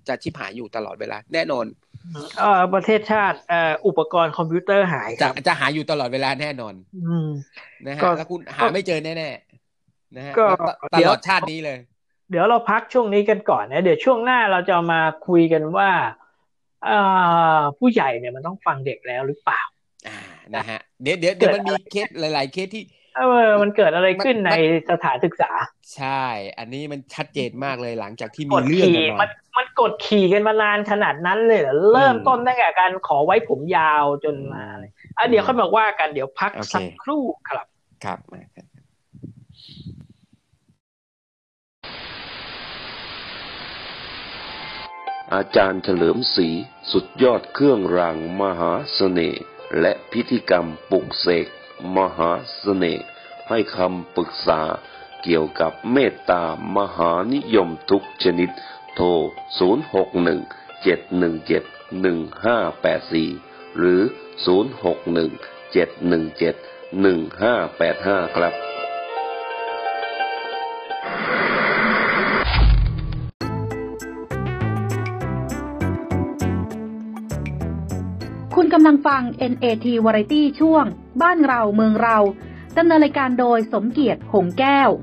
จะชิบหายอยู่ตลอดเวลาแน่นอนเอ่อประเทศชาติเอ่ออุปกรณ์คอมพิวเตอร์หายจะจะหายอยู่ตลอดเวลาแน่นอนอืมนะฮะแล้วคุณหาไม่เจอแน่ๆนะฮะตลอดชาตินี้เลยเดี๋ยวเราพักช่วงนี้กันก่อนนะเดี๋ยวช่วงหน้าเราจะมาคุยกันว่าเอ่อผู้ใหญ่เนี่ยมันต้องฟังเด็กแล้วหรือเปล่าอ่านะฮะเดี๋ยวเดี๋ยวเดี๋ยวมันมีเคสหลายๆเคสที่เออมันเกิดอะไรขึ้นในสถานศึกษาใช่อันนี้มันชัดเจนมากเลยหลังจากที่มีเรื่องกันมามันมันกดขี่กันมานานขนาดนั้นเลยเหรอเริ่มต้นตั้งแต่การขอไว้ผมยาวจนมาอ่ะเดี๋ยวค่อยมาว่ากันเดี๋ยวพักสักครู่ครับครับอาจารย์เฉลิมศรีสุดยอดเครื่องรางมหาเสน่ห์และพิธีกรรมปลุกเสกมหาเสน่ห์ให้คำปรึกษาเกี่ยวกับเมตตามหานิยมทุกชนิดโทรศูนย์ หก หนึ่ง เจ็ด หนึ่ง เจ็ด หนึ่ง ห้า แปด สี่หรือศูนย์ หก หนึ่ง เจ็ด หนึ่ง เจ็ด หนึ่ง ห้า แปด ห้าครับคุณกำลังฟัง เอ็น เอ ที Variety ช่วงบ้านเราเมืองเราดำเนินรายการโดยสมเกียรติหงแก้ว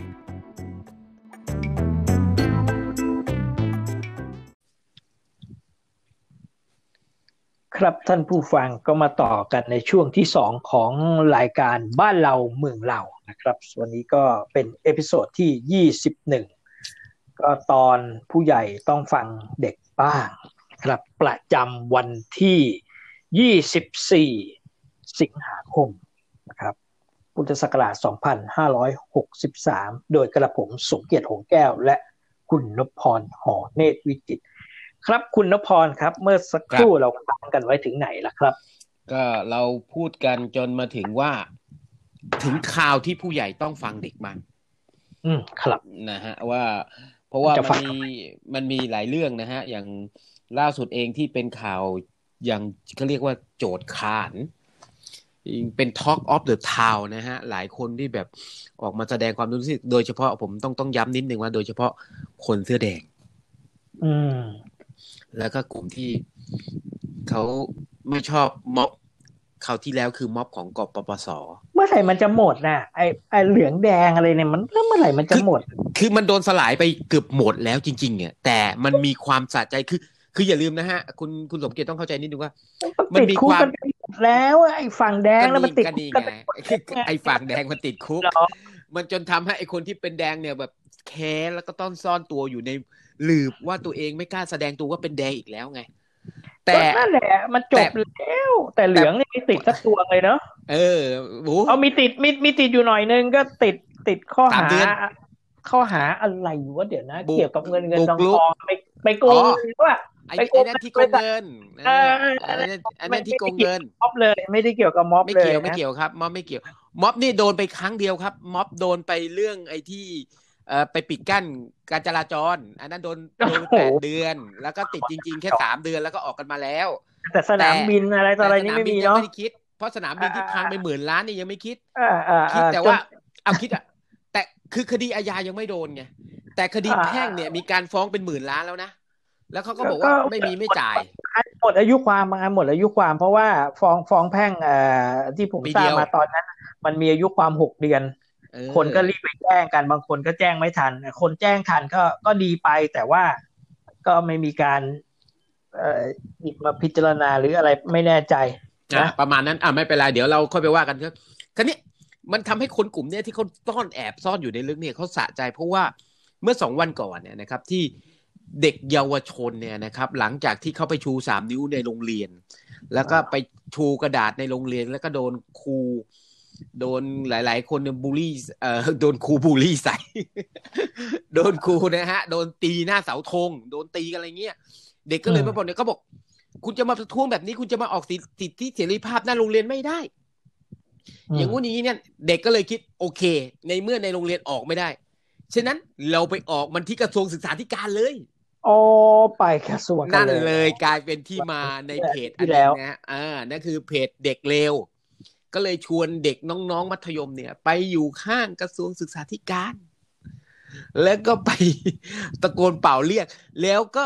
ครับท่านผู้ฟังก็มาต่อกันในช่วงที่สองของรายการบ้านเราเมืองเรานะครับส่วนนี้ก็เป็นเอพิโซดที่ยี่สิบเอ็ดก็ตอนผู้ใหญ่ต้องฟังเด็กบ้างครับประจำวันที่ยี่สิบสี่สิงหาคมนะครับพุทธศักราชสองพันห้าร้อยหกสิบสามโดยกระผมสมเกียรติหงแก้วและคุณนพพรหอเนตรวิจิตรครับคุณนพพรครับเมื่อสักครู่เราค้างกันไว้ถึงไหนล่ะครับก็เราพูดกันจนมาถึงว่าถึงข่าวที่ผู้ใหญ่ต้องฟังเด็กบ้างอืมครับนะฮะว่าเพราะว่ามันมีมันมีหลายเรื่องนะฮะอย่างล่าสุดเองที่เป็นข่าวอย่างเขาเรียกว่าโจทย์ขานเป็น Talk of the Town นะฮะหลายคนที่แบบออกมาแสดงความรู้สึกโดยเฉพาะผมต้องต้องย้ำนิดนึงว่าโดยเฉพาะคนเสื้อแดงอืมแล้วก็กลุ่มที่เขาไม่ชอบม็อบคราวที่แล้วคือม็อบของกปปส. เมื่อไหร่มันจะหมดน่ะไอ้ไอ้เหลืองแดงอะไรเนี่ยมันเมื่อไหร่มันจะหมดคือมันโดนสลายไปเกือบหมดแล้วจริงๆเนี่ยแต่มันมีความสะใจคือคืออย่าลืมนะฮะคุณคุณสมเกียรติต้องเข้าใจนิดนึงว่ามันมีความแล้วไอ้ฝั่งแดงแล้วมันติดคุกไอ้ฝั่งแดงมันติดคุกมันจนทำให้ไอ้คนที่เป็นแดงเนี่ยแบบแค้นแล้วก็ต้องซ่อนตัวอยู่ในหลืบว่าตัวเองไม่กล้าแสดงตัวว่าเป็นแดงอีกแล้วไงแต่นั่นแหละมันจบแล้วแต่เหลืองนี่มีติดสักตัวเลยเนาะเออเอามีติดมีมีติดอยู่หน่อยนึงก็ติดติดข้อหาข้อหาอะไรวะเดี๋ยวนะเกี่ยวกับเงินเงินทองทองไปไปโกงว่าไอ้นั่นที่โกงเงินอันนั้นอันนั้นที่โกงเงินม็อบเลยไม่ได้เกี่ยวกับม็อบเลยไม่เกี่ยวไม่เกี่ยวครับม็อบไม่เกี่ยวม็อบนี่โดนไปครั้งเดียวครับม็อบโดนไปเรื่องไอ้ที่เอ่อไปปิดกั้นการจราจรอันนั้นโดนโดนแปดเดือนแล้วก็ติดจริงๆแค่สามเดือนแล้วก็ออกกันมาแล้วแต่สนามบินอะไรต่ออะไรนี่ไม่มีเนาะไม่ได้คิดเพราะสนามบินที่พังไปหมื่นล้านนี่ยังไม่คิดคิดแต่ว่าเอาคิดอ่ะแต่คือคดีอาญายังไม่โดนไงแต่คดีแพ่งเนี่ยมีการฟ้องเป็นหมื่นล้านแล้วนะแล้วเขาก็บอกว่าไม่มีไม่จ่ายหมดอายุความมาหมดอายุความเพราะว่าฟ้องฟ้องแพ่งเอ่อที่ผมทราบมาตอนนั้นมันมีอายุความหกเดือนคนก็รีบไปแจ้งกันบางคนก็แจ้งไม่ทันคนแจ้งทันก็ก็ดีไปแต่ว่าก็ไม่มีการเอ่อหยิบมาพิจารณาหรืออะไรไม่แน่ใจนะประมาณนั้นอ่ะไม่เป็นไรเดี๋ยวเราค่อยไปว่ากันครับคราวนี้มันทำให้คนกลุ่มนี้ที่เขาซ่อนแอบซ่อนอยู่ในเรื่องนี้เขาสะใจเพราะว่าเมื่อสองวันก่อนเนี่ยนะครับที่เด็กเยาวชนเนี่ยนะครับหลังจากที่เขาไปชูสามนิ้วในโรงเรียนแล้วก็ไปชูกระดาษในโรงเรียนแล้วก็โดนครูโดนหลายๆคนบูลลี่เอ่อโดนครูบูลลี่ใส่ โดนครูนะฮะโดนตีหน้าเสาธงโดนตีกันอะไรเงี้ยเด็กก็เลยมาบอกเนี่ยเขาบอกคุณจะมาประท้วงแบบนี้คุณจะมาออกสิทธิเสรีภาพหน้าโรงเรียนไม่ได้อย่างงู้นอย่างนี้เนี่ยเด็กก็เลยคิดโอเคในเมื่อในโรงเรียนออกไม่ได้ฉะนั้นเราไปออกมันที่กระทรวงศึกษาธิการเลยอ๋อไปกระทรวงนั่นเลยกลายเป็นที่มาในเพจอันนี้นะอ่านั่นคือเพจเด็กเลวก็เลยชวนเด็กน้องๆมัธยมเนี่ยไปอยู่ข้างกระทรวงศึกษาธิการแล้วก็ไปตะโกนเป่าเรียกแล้วก็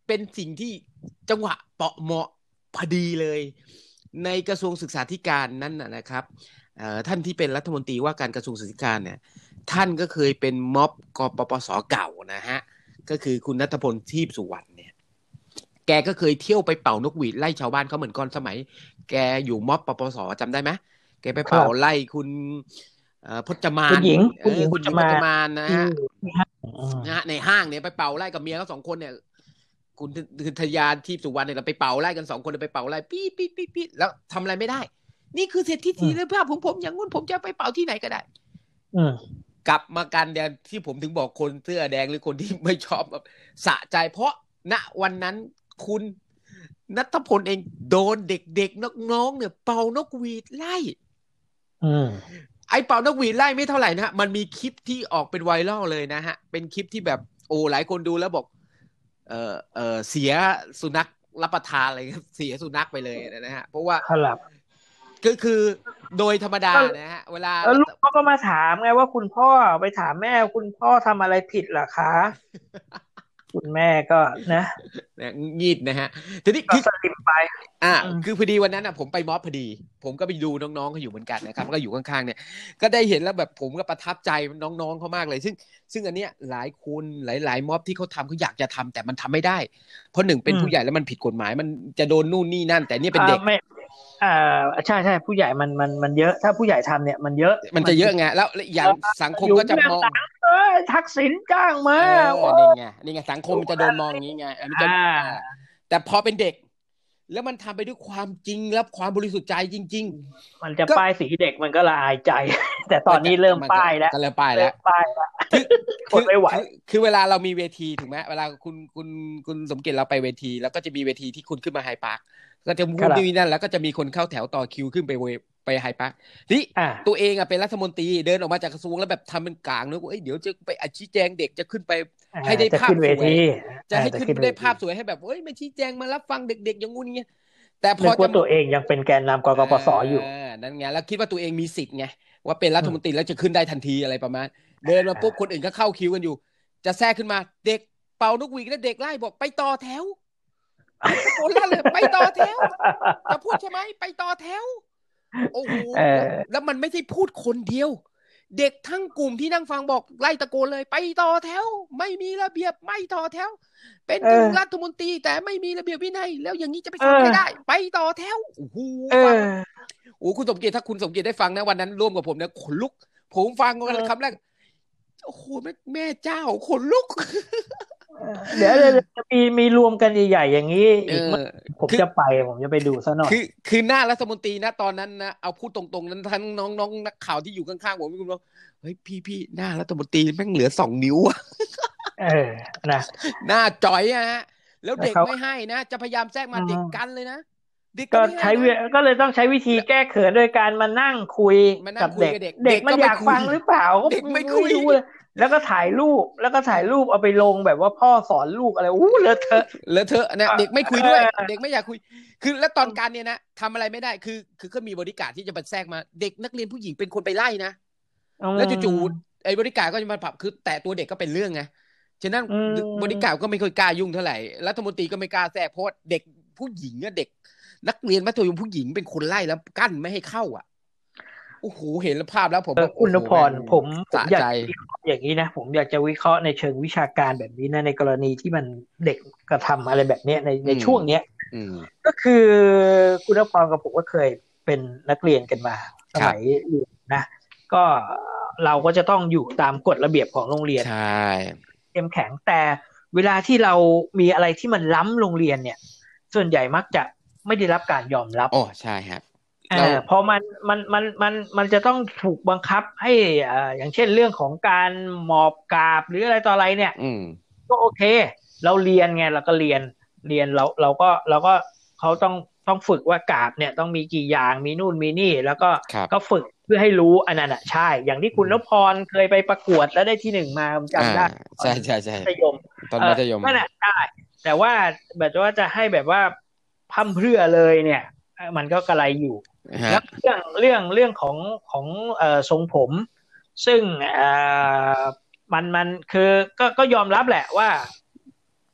เป็นสิ่งที่จังหวะเปาะเหมาะพอดีเลยในกระทรวงศึกษาธิการนั้นนะครับท่านที่เป็นรัฐมนตรีว่าการกระทรวงศึกษาธิการเนี่ยท่านก็เคยเป็นม็อบกปปสเก่านะฮะก็คือคุณณัฐพลทีพสุวรรณเนี่ยแกก็เคยเที่ยวไปเป่านกหวีดไล่ชาวบ้านเขาเหมือนก่อนสมัยแกอยู่ม็อบปปสจำได้ไหมแกไปเป่าไล่คุณพจมานคุณหญิงคุณหญิงพจมานนะฮะนะฮะในห้างเนี่ยไปเป่าไล่กับเมียเขาสองคนเนี่ยคุณทยานทีพสุวรรณเนี่ยเราไปเป่าไล่กันสองคนไปเป่าไล่ปี๊ดปี๊ดปี๊ดปี๊ดแล้วทำอะไรไม่ได้นี่คือเศรษฐีทีเลยเพื่อผมผมอย่างงู้นผมจะไปเป่าที่ไหนก็ได้กลับมากันเดียวที่ผมถึงบอกคนเสื้อแดงหรือคนที่ไม่ชอบสะใจเพราะณวันนั้นคุณณัฐพลเองโดนเด็กๆน้องๆเนี่ยเป่านกหวีดไล่ไอ้เป่านกหวีดไล่ไม่เท่าไหร่นะฮะมันมีคลิปที่ออกเป็นไวรัลเลยนะฮะเป็นคลิปที่แบบโอ้หลายคนดูแล้วบอกเออเออเสียสุนัขรับประทานอะไรเสียสุนัขไปเลยนะฮะเพราะว่าก็คือโดยธรรมดานะฮะเวลาลูกเขาก็มาถามไงว่าคุณพ่อไปถามแม่คุณพ่อทำอะไรผิดเหรอคะคุณแม่ก็นะงีดนะฮะทีนี้คือสลิมไปอ่าคือพอดีวันนั้นอ่ะผมไปม็อบพอดีผมก็ไปดูน้องๆเขาอยู่เหมือนกันนะครับก็อยู่ข้างๆเนี่ยก็ได้เห็นแล้วแบบผมก็ประทับใจน้องๆเขามากเลยซึ่งซึ่งอันเนี้ยหลายคนหลายๆม็อบที่เขาทำเขาอยากจะทำแต่มันทำไม่ได้เพราะหนึ่งเป็นผู้ใหญ่แล้วมันผิดกฎหมายมันจะโดนนู่นนี่นั่นแต่นี่เป็นเด็กอ่าใช่ใช่ผู้ใหญ่มันมันมันเยอะถ้าผู้ใหญ่ทำเนี่ยมันเยอะมันจะเยอะไงแล้วอย่างสังคมก็จะมองทักษิณจ้างมานี่ไงนี่ไงสังคมมันจะโดนมองอย่างนี้ไงมันจะแต่พอเป็นเด็กแล้วมันทำไปด้วยความจริงและความบริสุทธิ์ใจจริงๆมันจะป้ายสีเด็กมันก็ละอายใจแต่ตอนนี้เริ่มป้ายแล้วก็เริ่มป้ายแล้วป้ายแล้วคนไม่ไหวคือเวลาเรามีเวทีถูกไหมเวลาคุณคุณคุณสมเกียรติเราไปเวทีแล้วก็จะมีเวทีที่คุณขึ้นมาไฮพาร์คก็จะพูดนี่นั่นแล้วก็จะมีคนเข้าแถวต่อคิวขึ้นไปไปไฮพาร์คนี่ตัวเองอ่ะเป็นรัฐมนตรีเดินออกมาจากกระทรวงแล้วแบบทำเป็นกลางนึกว่าเอ้ยเดี๋ยวจะไปชี้แจงเด็กจะขึ้นไปให้ได้ภาพสวยจะให้ขึ้นได้ภาพสวยให้แบบเอ้ยไม่ชี้แจงมารับฟังเด็กๆอย่างงู้นเงี้ยแต่พอจะตัวเองยังเป็นแกนนำกกปสอยู่นั่นไงแล้วคิดว่าตัวเองมีสิทธิ์ไงว่าเป็นรัฐมนตรีแล้วจะขึ้นได้ทันทีอะไรประมาณเดินมาปุ๊บคนอื่นก็เข้าคิวกันอยู่จะแทรกขึ้นมาเด็กเป่านกหวีดแล้วเด็กไล่บอกไปต่อแถวโอ้ล่ะเลยไปต่อแถวจะพูดใช่ไหมไปต่อแถวโอ้โหแล้วมันไม่ใช่พูดคนเดียวเด็กทั้งกลุ่มที่นั่งฟังบอกไล่ตะโกนเลยไปต่อแถวไม่มีระเบียบไม่ต่อแถวเป็นรัฐมนตรีแต่ไม่มีระเบียบวินัยแล้วอย่างนี้จะไปฟังไม่ได้ไปต่อแถวโอ้โหโอ้คุณสมเกียรติถ้าคุณสมเกียรติได้ฟังนะวันนั้นร่วมกับผมเนี่ยขนลุกผมฟังกันคำแรกโอ้โหแม่แม่เจ้าขนลุกเดี๋ยวจะมีมีรวมกันใหญ่ๆอย่างนี้อีกผมจะไปผมจะไปดูซะหน่อยคือคือหน้ารัฐมนตรีนะตอนนั้นนะเอาพูดตรงๆนั้นทั้งน้องๆนักข่าวที่อยู่ข้างๆผมคุณบอกเฮ้ยพี่ๆหน้ารัฐมนตรีแม่งเหลือสองนิ้วเออนะหน้าจ่อยอะฮะแล้วเด็กไม่ให้นะจะพยายามแทรกมาเด็กกันเลยนะก็ใช้ก็เลยต้องใช้วิธีแก้เขินโดยการมานั่งคุยกับเด็กเด็กมันอยากฟังหรือเปล่าเด็กไม่คุยแล้วก็ถ่ายรูปแล้วก็ถ่ายรูปเอาไปลงแบบว่าพ่อสอนลูกอะไรอู้เลอะเทอะเลอะเทอะนะเด็กไม่คุยด้วยเด็กไม่อยากคุยคือแล้วตอนการเนี่ยนะทำอะไรไม่ได้คือคือก็มีบริการที่จะมาแทรกมาเด็กนักเรียนผู้หญิงเป็นคนไปไล่นะแล้วจู่ๆไอ้บริการก็จะมาปรับคือแต่ตัวเด็กก็เป็นเรื่องไงฉะนั้นบริการก็ไม่ค่อยกล้ายุ่งเท่าไหร่รัฐมนตรีก็ไม่กล้าแทรกเพราะเด็กผู้หญิงอะเด็กนักเรียนมัธยมผู้หญิงเป็นคนไล่แล้วกั้นไม่ให้เข้าอ่ะโอ้โหเห็นภาพแล้วผมคุณนพรผมผมอยากอย่างนี้นะผมอยากจะวิเคราะห์ในเชิงวิชาการแบบนี้นะในกรณีที่มันเด็กกระทำอะไรแบบนี้ในในช่วงเนี้ยก็คือคุณนพรกับผมก็เคยเป็นนักเรียนกันมาสมัยเรียนนะก็เราก็จะต้องอยู่ตามกฎระเบียบของโรงเรียนใช่เข้มแข็งแต่เวลาที่เรามีอะไรที่มันล้ำโรงเรียนเนี่ยส่วนใหญ่มักจะไม่ได้รับการยอมรับอ๋อใช่ครับเออพอมันมันมันมันมันจะต้องถูกบังคับให้อ่าอย่างเช่นเรื่องของการหมอบกราบหรืออะไรต่ออะไรเนี่ยก็โอเคเราเรียนไงเราก็เรียนเรียนเราเราก็เราก็เขาต้องต้องฝึกว่ากราบเนี่ยต้องมีกี่อย่างมีนู่นมีนี่แล้วก็ก็ฝึกเพื่อให้รู้อันนั้นอ่ะใช่อย่างที่คุณนพรเคยไปประกวดแล้วได้ที่หนึ่งมาจำได้ใช่ใช่ใช่มัธยมตอนมัธยมนั่นแหละใช่แต่ว่าแบบว่าจะให้แบบว่าพั่มเพรื่อเลยเนี่ยมันก็กระไรอยู่แล้วเรื่องเรื่องเรื่องของของเอ่อทรงผมซึ่งเอ่อมันมันคือก็ก็ยอมรับแหละว่า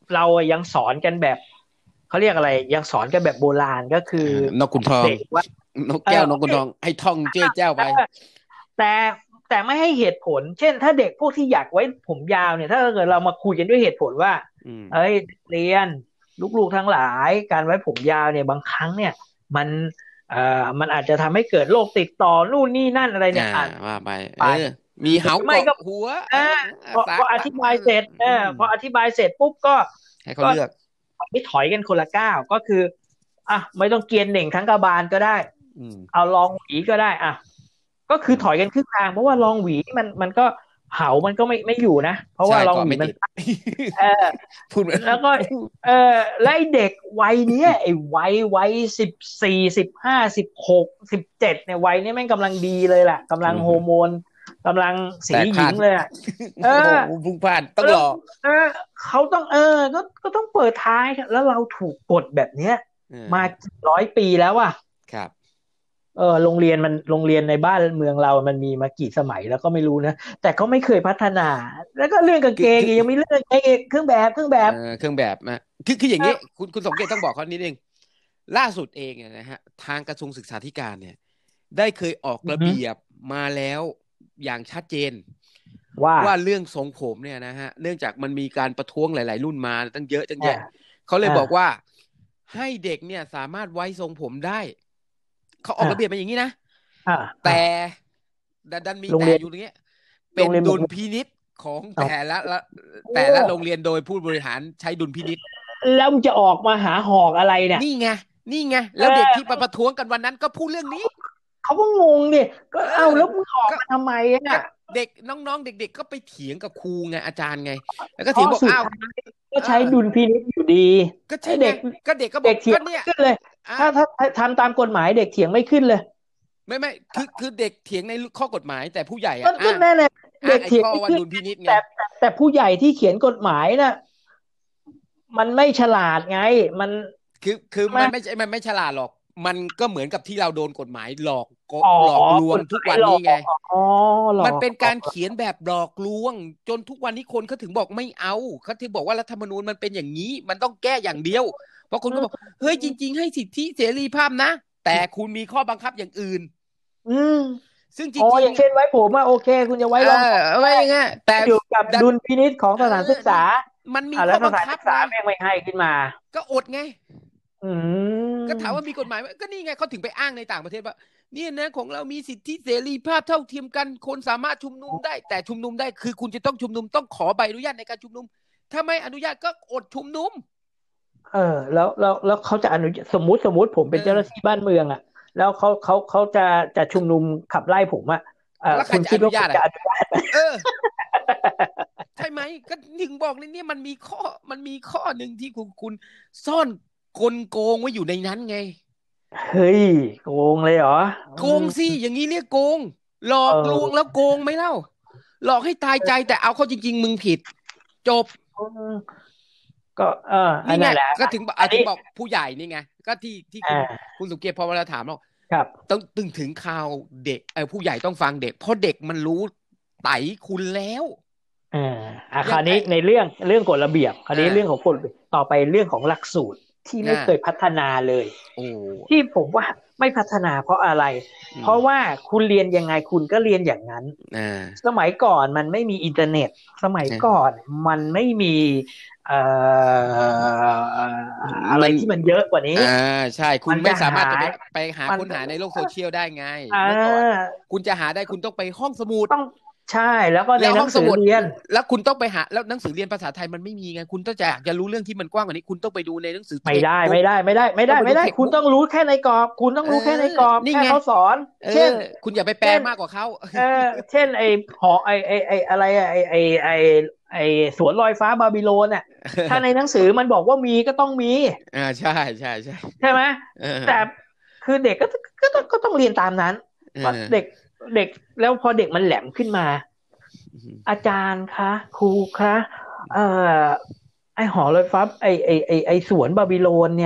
เรายังสอนกันแบบเขาเรียกอะไรยังสอนกันแบบโบราณก็คือนกขุนทองนกแก้วนกขุนทองให้ท่องเจ้เจ้าไปแต่แต่ไม่ให้เหตุผลเช่นถ้าเด็กพวกที่อยากไว้ผมยาวเนี่ยถ้าเกิดเรามาคุยกันด้วยเหตุผลว่าเอ้ยเรียนลูกๆทั้งหลายการไว้ผมยาวเนี่ยบางครั้งเนี่ยมันเอ่อมันอาจจะทำให้เกิดโรคติดต่อนู่นนี่นั่นอะไรเนี่ยอ่านว่าไปเออมีเหาเกาะหัวพอพออธิบายเสร็จเออพออธิบายเสร็จปุ๊บก็ให้เขาเลือกไม่ถอยกันคนละก้าวก็คืออ่ะไม่ต้องเกียนเหน่งทั้งกระบาลก็ได้เอาลองหวีก็ได้อ่ะก็คือถอยกันครึ่งทางเพราะว่าลองหวีมันมันก็เหามันก็ไม่ไม่อยู่นะเพราะว่าลองหวีมันเออพูดแล้วก็เออและไอเด็กวัยนี้ไอ้วัยวัยสิบสี่สิบห้าสิบหกสิบเจ็ดเนี่ยวัยนี้แม่งกำลังดีเลยแหละกำลังโฮอร์โมนกำลังสีหญิงเลยอ่ะเออพุ่งผ่านต้องรอเออเขาต้องเออก็ก็ต้องเปิดท้ายแล้วเราถูกกดแบบเนี้ยมากี่ร้อยปีแล้วอ่ะครับเออโรงเรียนมันโรงเรียนในบ้านเมืองเรามันมีมากี่สมัยแล้วก็ไม่รู้นะแต่ก็ไม่เคยพัฒนาแล้วก็เรื่องกางเกงยังมีเรื่องเครื่องแบบเครื่องแบบเครื่องแบบนะคือคืออย่างนี้คุณคุณสมเกียรติต้องบอกเขานิดนึงล่าสุดเองนะฮะทางกระทรวงศึกษาธิการเนี่ยได้เคยออกระเบียบมาแล้วอย่างชัดเจนว่าว่าเรื่องทรงผมเนี่ยนะฮะเนื่องจากมันมีการประท้วงหลายๆรุ่นมาตั้งเยอะตั้งแยะเขาเลยบอกว่าให้เด็กเนี่ยสามารถไว้ทรงผมได้เขาออกระเบียบมาอย่างนี้นะแต่ดันมีแต่อยู่ตรงนี้เป็นดุลพินิจของแต่ละแต่ละโรงเรียนโดยผู้บริหารใช้ดุลพินิจแล้วมันจะออกมาหาหอกอะไรเนี่ยนี่ไงนี่ไงแล้วเด็กที่ประท้วงกันวันนั้นก็พูดเรื่องนี้เขาก็งงดิก็เอ้าแล้วมึงออกมาทำไมอ่ะเด็กน้องๆเด็กๆก็ไปเถียงกับครูไงอาจารย์ไงแล้วก็เถียงบอกอ้าวก็ใช้ดุลพินิจอยู่ดีก็ใช่เด็กก็เด็กก็บอกก็เนี่ยขึ้นเลยถ้าถ้าทำตามกฎหมายเด็กเถียงไม่ขึ้นเลยไม่ไม่คือคือเด็กเถียงในข้อกฎหมายแต่ผู้ใหญ่อ่ะก็แน่เลยเด็กเถียงไม่ขึ้นดุลพินิจไงแต่แต่ผู้ใหญ่ที่เขียนกฎหมายน่ะมันไม่ฉลาดไงมันคือคือมันไม่ใช่มันไม่ฉลาดหรอกมันก็เหมือนกับที่เราโดนกฎหมายหลอกหลอกลวงทุกวันนี้ไงมันเป็นการเขียนแบบหลอกลวงจนทุกวันนี้คนเขาถึงบอกไม่เอาเขาถึงบอกว่ารัฐธรรมนูญมันเป็นอย่างนี้มันต้องแก้อย่างเดียวเพราะคนก็บอกเฮ้ยจริงๆให้สิทธิเสรีภาพนะแต่คุณมีข้อบังคับอย่างอื่นอืมซึ่งจริงๆอย่างเช่นไว้ผมว่าโอเคคุณจะไว้รองไว้ไงแต่อยู่กับดุลพินิจของสถานศึกษามันมีข้อบังคับแม่งไม่ให้ขึ้นมาก็อดไงก็ถามว่ามีกฎหมายไหมก็นี่ไงเขาถึงไปอ้างในต่างประเทศว่านี่นะของเรามีสิทธิเสรีภาพเท่าเทียมกันคนสามารถชุมนุมได้แต่ชุมนุมได้คือคุณจะต้องชุมนุมต้องขอใบอนุญาตในการชุมนุมถ้าไม่อนุญาตก็อดชุมนุมเออแล้วแล้วแล้วเขาจะอนุญาตสมมุติสมมุติผมเป็นเจ้าหน้าที่บ้านเมืองอ่ะแล้วเขาเขาเขาจะจะชุมนุมขับไล่ผมอ่ะคุณคิดว่าจะอนุญาตเออใช่ไหมก็ถึงบอกเลยเนี่ยมันมีข้อมันมีข้อหนึ่งที่คุณคุณซ่อนกลโกงไว้อยู่ในนั้นไงเฮ้ยโกงเลยเหรอโกงสิอย่างนี้เรียกโกงหลอกลวงแล้วโกงไหมเล่าหลอกให้ตายใจแต่เอาเข้าจริงๆมึงผิดจบก็เออนี่ไงก็ถึงอาถึงบอกผู้ใหญ่นี่ไงก็ที่ที่คุณคุณสุเกียรติพอเวลาถามเราต้องตึงถึงข่าวเด็กเออผู้ใหญ่ต้องฟังเด็กเพราะเด็กมันรู้ไต่คุณแล้วอ่าอ่ะคราวนี้ในเรื่องเรื่องกฎระเบียบคราวนี้เรื่องของกฎต่อไปเรื่องของหลักสูตรที่ไม่เคยพัฒนาเลยที่ผมว่าไม่พัฒนาเพราะอะไรเพราะว่าคุณเรียนยังไงคุณก็เรียนอย่างนั้นสมัยก่อนมันไม่มีอินเทอร์เน็ตสมัยก่อนมันไม่มีเอ่ออะไรที่มันเยอะกว่านี้อ่าใช่คุณไม่สามารถจะไปไปหาค้นหาในโลกโซเชียลได้ไงเมื่อก่อนคุณจะหาได้คุณต้องไปห้องสมุดต้องใช่แล้วก็ในหนังสือเรียนแล้วคุณต้องไปหาแล้วหนังสือเรียนภาษาไทยมันไม่มีไงคุณต้องจะอยากจะรู้เรื่องที่มันกว้างกว่านี้คุณต้องไปดูในหนังสือไม่ได้ไม่ได้ไม่ได้ไม่ได้ไม่ได้คุณต้องรู้แค่ในกรอบคุณต้องรู้แค่ในกรอบแค่เขาสอนเช่นคุณอย่าไปแปลมากกว่าเขาเออเช่นไอ้หอไอ้ไอ้ไอ้อะไรไอ้ไอ้ไอ้ไอ้สวนลอยฟ้าบาบิโลนน่ะถ้าในหนังสือมันบอกว่ามีก็ต้องมีอ่าใช่ใช่ใช่ใช่ไหมแต่คือเด็กก็ก็ต้องก็ต้องเรียนตามนั้นเด็กเด็กแล้วพอเด็กมันแหลมขึ้นมาอาจารย์คะครูคะเอ่อไอหอลอยฟ้าไอไอไอไอสวนบาบิโลนเนี่ย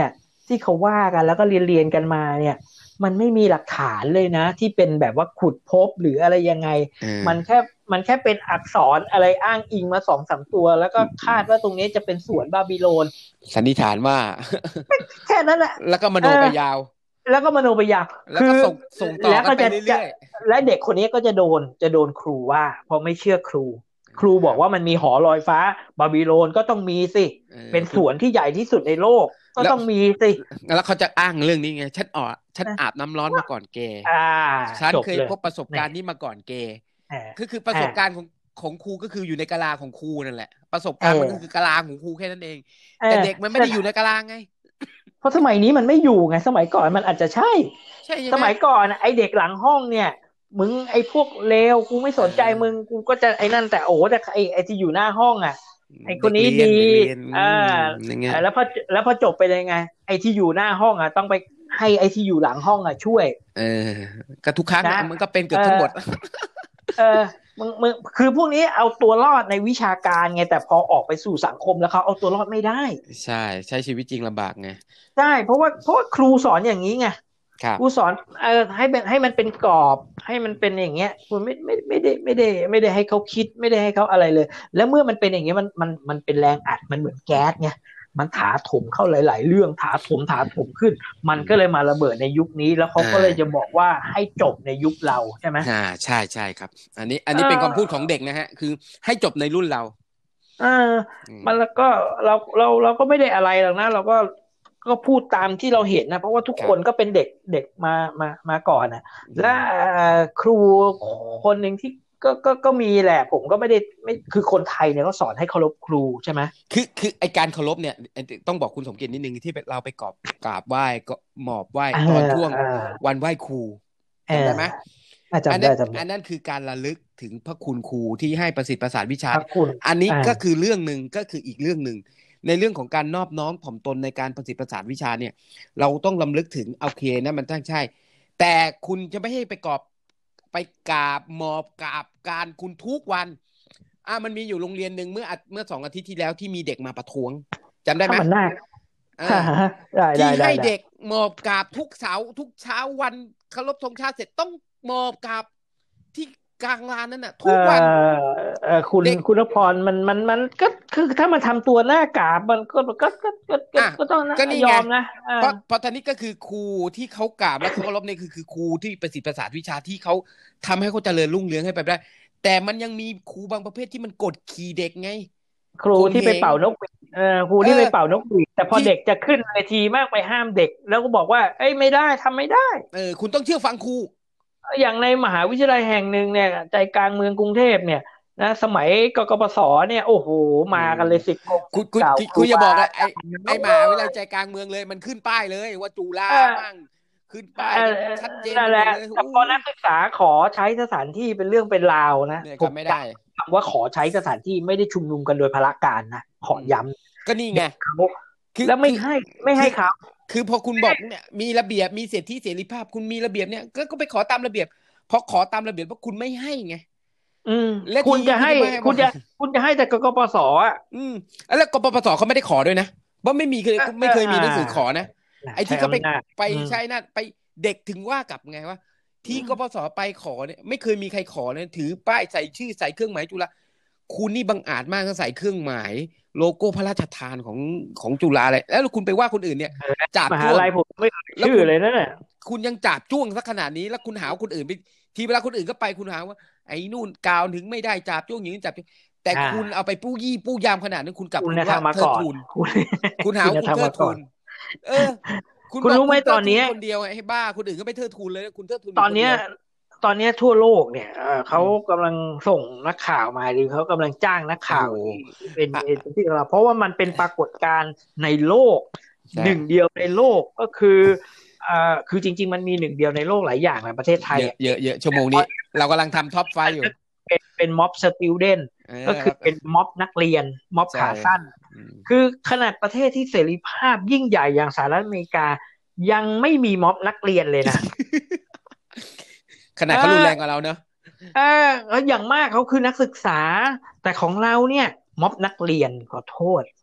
ที่เขาว่ากันแล้วก็เรียนเรียนกันมาเนี่ยมันไม่มีหลักฐานเลยนะที่เป็นแบบว่าขุดพบหรืออะไรยังไงมันแค่มันแค่เป็นอักษรอะไรอ้างอิงมาสองสามตัวแล้วก็คาดว่าตรงนี้จะเป็นสวนบาบิโลนสันนิษฐานว่าแค่นั้นแหละแล้วก็มโนไปยาวแล้วก็มโนไปยาวแล้วก็ส่งส่งต่อกันไปเรื่อยๆและเด็กคนนี้ก็จะโดนจะโดนครูว่าเพราะไม่เชื่อครูครูบอกว่ามันมีหอลอยฟ้าบาบิโลนก็ต้องมีสิเป็นสวนที่ใหญ่ที่สุดในโลกก็ต้องมีสิแล้วเขาจะอ้างเรื่องนี้ไงฉันอ่อฉันอาบน้ำร้อนมาก่อนเกย์ฉันเคยพบประสบการณ์นี้มาก่อนเกย์คือคือประสบการณ์ของของครูก็คืออยู่ในกะลาของครูนั่นแหละประสบการณ์มันก็คือกะลาของครูแค่นั้นเองแต่เด็กมันไม่ได้อยู่ในกะลาไงเพราะสมัยนี้มันไม่อยู่ไงสมัยก่อนมันอาจจะใช่สมัยก่อนไอเด็กหลังห้องเนี่ยมึงไอพวกเลวกูไม่สนใจมึงกูก็จะไอนั่นแต่โอ้แต่ไอไอที่อยู่หน้าห้องอ่ะไอคนนี้ดีอ่าแล้วพอแล้วพอจบไปเลยไงไอที่อยู่หน้าห้องอ่ะต้องไปให้ไอที่อยู่หลังห้องอ่ะช่วยเออก็ทุกครั้งมันก็เป็นเกือบทั้งหมดเออมึงมึงคือพวกนี้เอาตัวรอดในวิชาการไงแต่พอออกไปสู่สังคมแล้วเขาเอาตัวรอดไม่ได้ใช่ใช้ชีวิตจริงลำบากไงใช่เพราะว่าเพราะครูสอนอย่างนี้ไงครูสอนเออให้เป็นให้มันเป็นกรอบให้มันเป็นอย่างเงี้ยคุณไม่ไม่ไม่ได้ไม่ได้ไม่ได้ให้เขาคิดไม่ได้ให้เขาอะไรเลยแล้วเมื่อมันเป็นอย่างเงี้ยมันมันมันเป็นแรงอัดมันเหมือนแก๊สไงมันถาถมเข้าหลายๆเรื่องถาถมถาถมขึ้นมันก็เลยมาระเบิดในยุคนี้แล้วเขาก็เลยจะบอกว่าให้จบในยุคเราใช่ไหมอ่าใช่ใช่ครับอันนี้อันนี้เป็นคำพูดของเด็กนะฮะคือให้จบในรุ่นเราเออมันแล้วก็เราเราเราก็ไม่ได้อะไรหรอกนะเราก็ก็พูดตามที่เราเห็นนะเพราะว่าทุกคนก็เป็นเด็กเด็กมามามาก่อนนะและครูคนหนึ่งที่ก็ก็ก็มีแหละผมก็ไม่ได้ไม่คือคนไทยเนี่ยก็สอนให้เคารพครูใช่ไหมคือคือไอการเคารพเนี่ยต้องบอกคุณสมเกียรตินิดนึงที่เราไปกราบกราบไหว้ก็หมอบไหว้ตอนช่วงวันไหว้ครูจำได้ไหมอันนั้นอันนั้นคือการระลึกถึงพระคุณครูที่ให้ประสิทธิ์ประสานวิชาอันนี้ก็คือเรื่องนึงก็คืออีกเรื่องนึงในเรื่องของการนอบน้อมถ่อมตนในการประสิทธิ์ประสานวิชาเนี่ยเราต้องรำลึกถึงโอเคนะมันตั้งใช่แต่คุณจะไม่ให้ไปกราบไปกราบหมอบกราบการคุณทุกวันอ่ะมันมีอยู่โรงเรียนนึงเมื่อเมื่อสองอาทิตย์ที่แล้วที่มีเด็กมาประท้วงจำได้ไหมมันน่าที่ให้เด็กหมอบกราบทุกเสาร์ทุกเช้าวันเคารพธงชาติเสร็จต้องหมอบกราบที่กลางลานนั่นน่ะทุกวันเออคุณคุณพรมันมันมันก็คือถ้ามันทำตัวหน้ากราบมันก็ก็ก็ก็ก็ต้องยอมนะเพราะเพราะตอนนี้ก็คือครูที่เขากราบและเขาเคารพนี่คือคือครูที่ประสิทธิ์ประสาทวิชาที่เขาทำให้เขาเจริญรุ่งเรืองให้ไปได้แต่มันยังมีครูบางประเภทที่มันกดขี่เด็กไงครูที่ไปเป่านกหวีดเออครูที่ไปเป่านกหวีดแต่พอเด็กจะขึ้นเวทีมากไปห้ามเด็กแล้วก็บอกว่าเอ้ยไม่ได้ทำไม่ได้เออคุณต้องเชื่อฟังครูอย่างในมหาวิทยาลัยแห่งหนึ่งเนี่ยใจกลางเมืองกรุงเทพเนี่ยนะสมัยกกปสเนี่ยโอ้โหมากันเลยสิบกคุณคุณคุณอย่าบอกไอ้ไอ้มหาวิทยาลัยใจกลางเมืองเลยมันขึ้นป้ายเลยว่าจุฬาบ้างขึ้นป้ายชัดเจนเลยแต่พอนักศึกษาขอใช้สถานที่เป็นเรื่องเป็นราวนะผมไม่ได้ว่าขอใช้สถานที่ไม่ได้ชุมนุมกันโดยพละการนะขอย้ำก็นี่ไงแล้วไม่ให้ไม่ให้เขาคือพอคุณบอกเนี่ยมีระเบียบมีสิทธิเสรีภาพคุณมีระเบียบเนี่ยก็ไปขอตามระเบียบเพราะขอตามระเบียบเพราะคุณไม่ให้ไงอืมแล้วคุณจะให้คุณจะคุณจะให้แต่กกปสอ่ะอืมแล้วกกปสเขาไม่ได้ขอด้วยนะเพราะไม่มีเคยไม่เคยมีหนังสือขอนะไอ้ที่เขาไปไปใช้นั่นไปเด็กถึงว่ากลับไงว่าที่กปสไปขอเนี่ยไม่เคยมีใครขอเลยถือป้ายใส่ชื่อใส่เครื่องหมายจุฬาคุณนี่บังอาจมากก็ใส่เครื่องหมายโลโก้พระราชทานของของจุฬาเลยแล้วคุณไปว่าคนอื่นเนี่ยจับจ้วงอะไรผมไม่ชื่อเลยนั่นแหละคุณยังจับจ้วงสักขนาดนี้แล้วคุณหาคนอื่นไปทีเวลาคนอื่นก็ไปคุณหาว่าไอ้นู่นกาวถึงไม่ได้จับจ้วงอย่างนี้จับแต่คุณเอาไปปู้ยี่ปู้ยามขนาดนั้นคุณกลับคุณว่าเทิดทูนคุณหาคุณเทิดทูนเออคุณรู้ไหมตอนนี้คนเดียวให้บ้าคนอื่นก็ไม่เทิดทูนเลยคุณเทิดทูนตอนเนี้ยตอนนี้ทั่วโลกเนี่ยเขากำลังส่งนักข่าวมาหรือเขากำลังจ้างนักข่าวเป็นเอเจนซี่เราเพราะว่ามันเป็นปรากฏการณ์ในโลกหนึ่งเดียวในโลกก็คืออ่าคือจริงๆมันมีหนึ่งเดียวในโลกหลายอย่างในประเทศไทยเยอะๆชั่วโมงนี้เรากำลังทำท็อปไฟอยู่เป็นเป็นม็อบสติวเดนก็คือเป็นม็อบนักเรียนม็อบขาสั้นคือขนาดประเทศที่เสรีภาพยิ่งใหญ่อย่างสหรัฐอเมริกายังไม่มีม็อบนักเรียนเลยนะขนาดเขารุนแรงกว่าเราเนอะเออแล้วอย่างมากเขาคือนักศึกษาแต่ของเราเนี่ยม็อบนักเรียนขอโทษ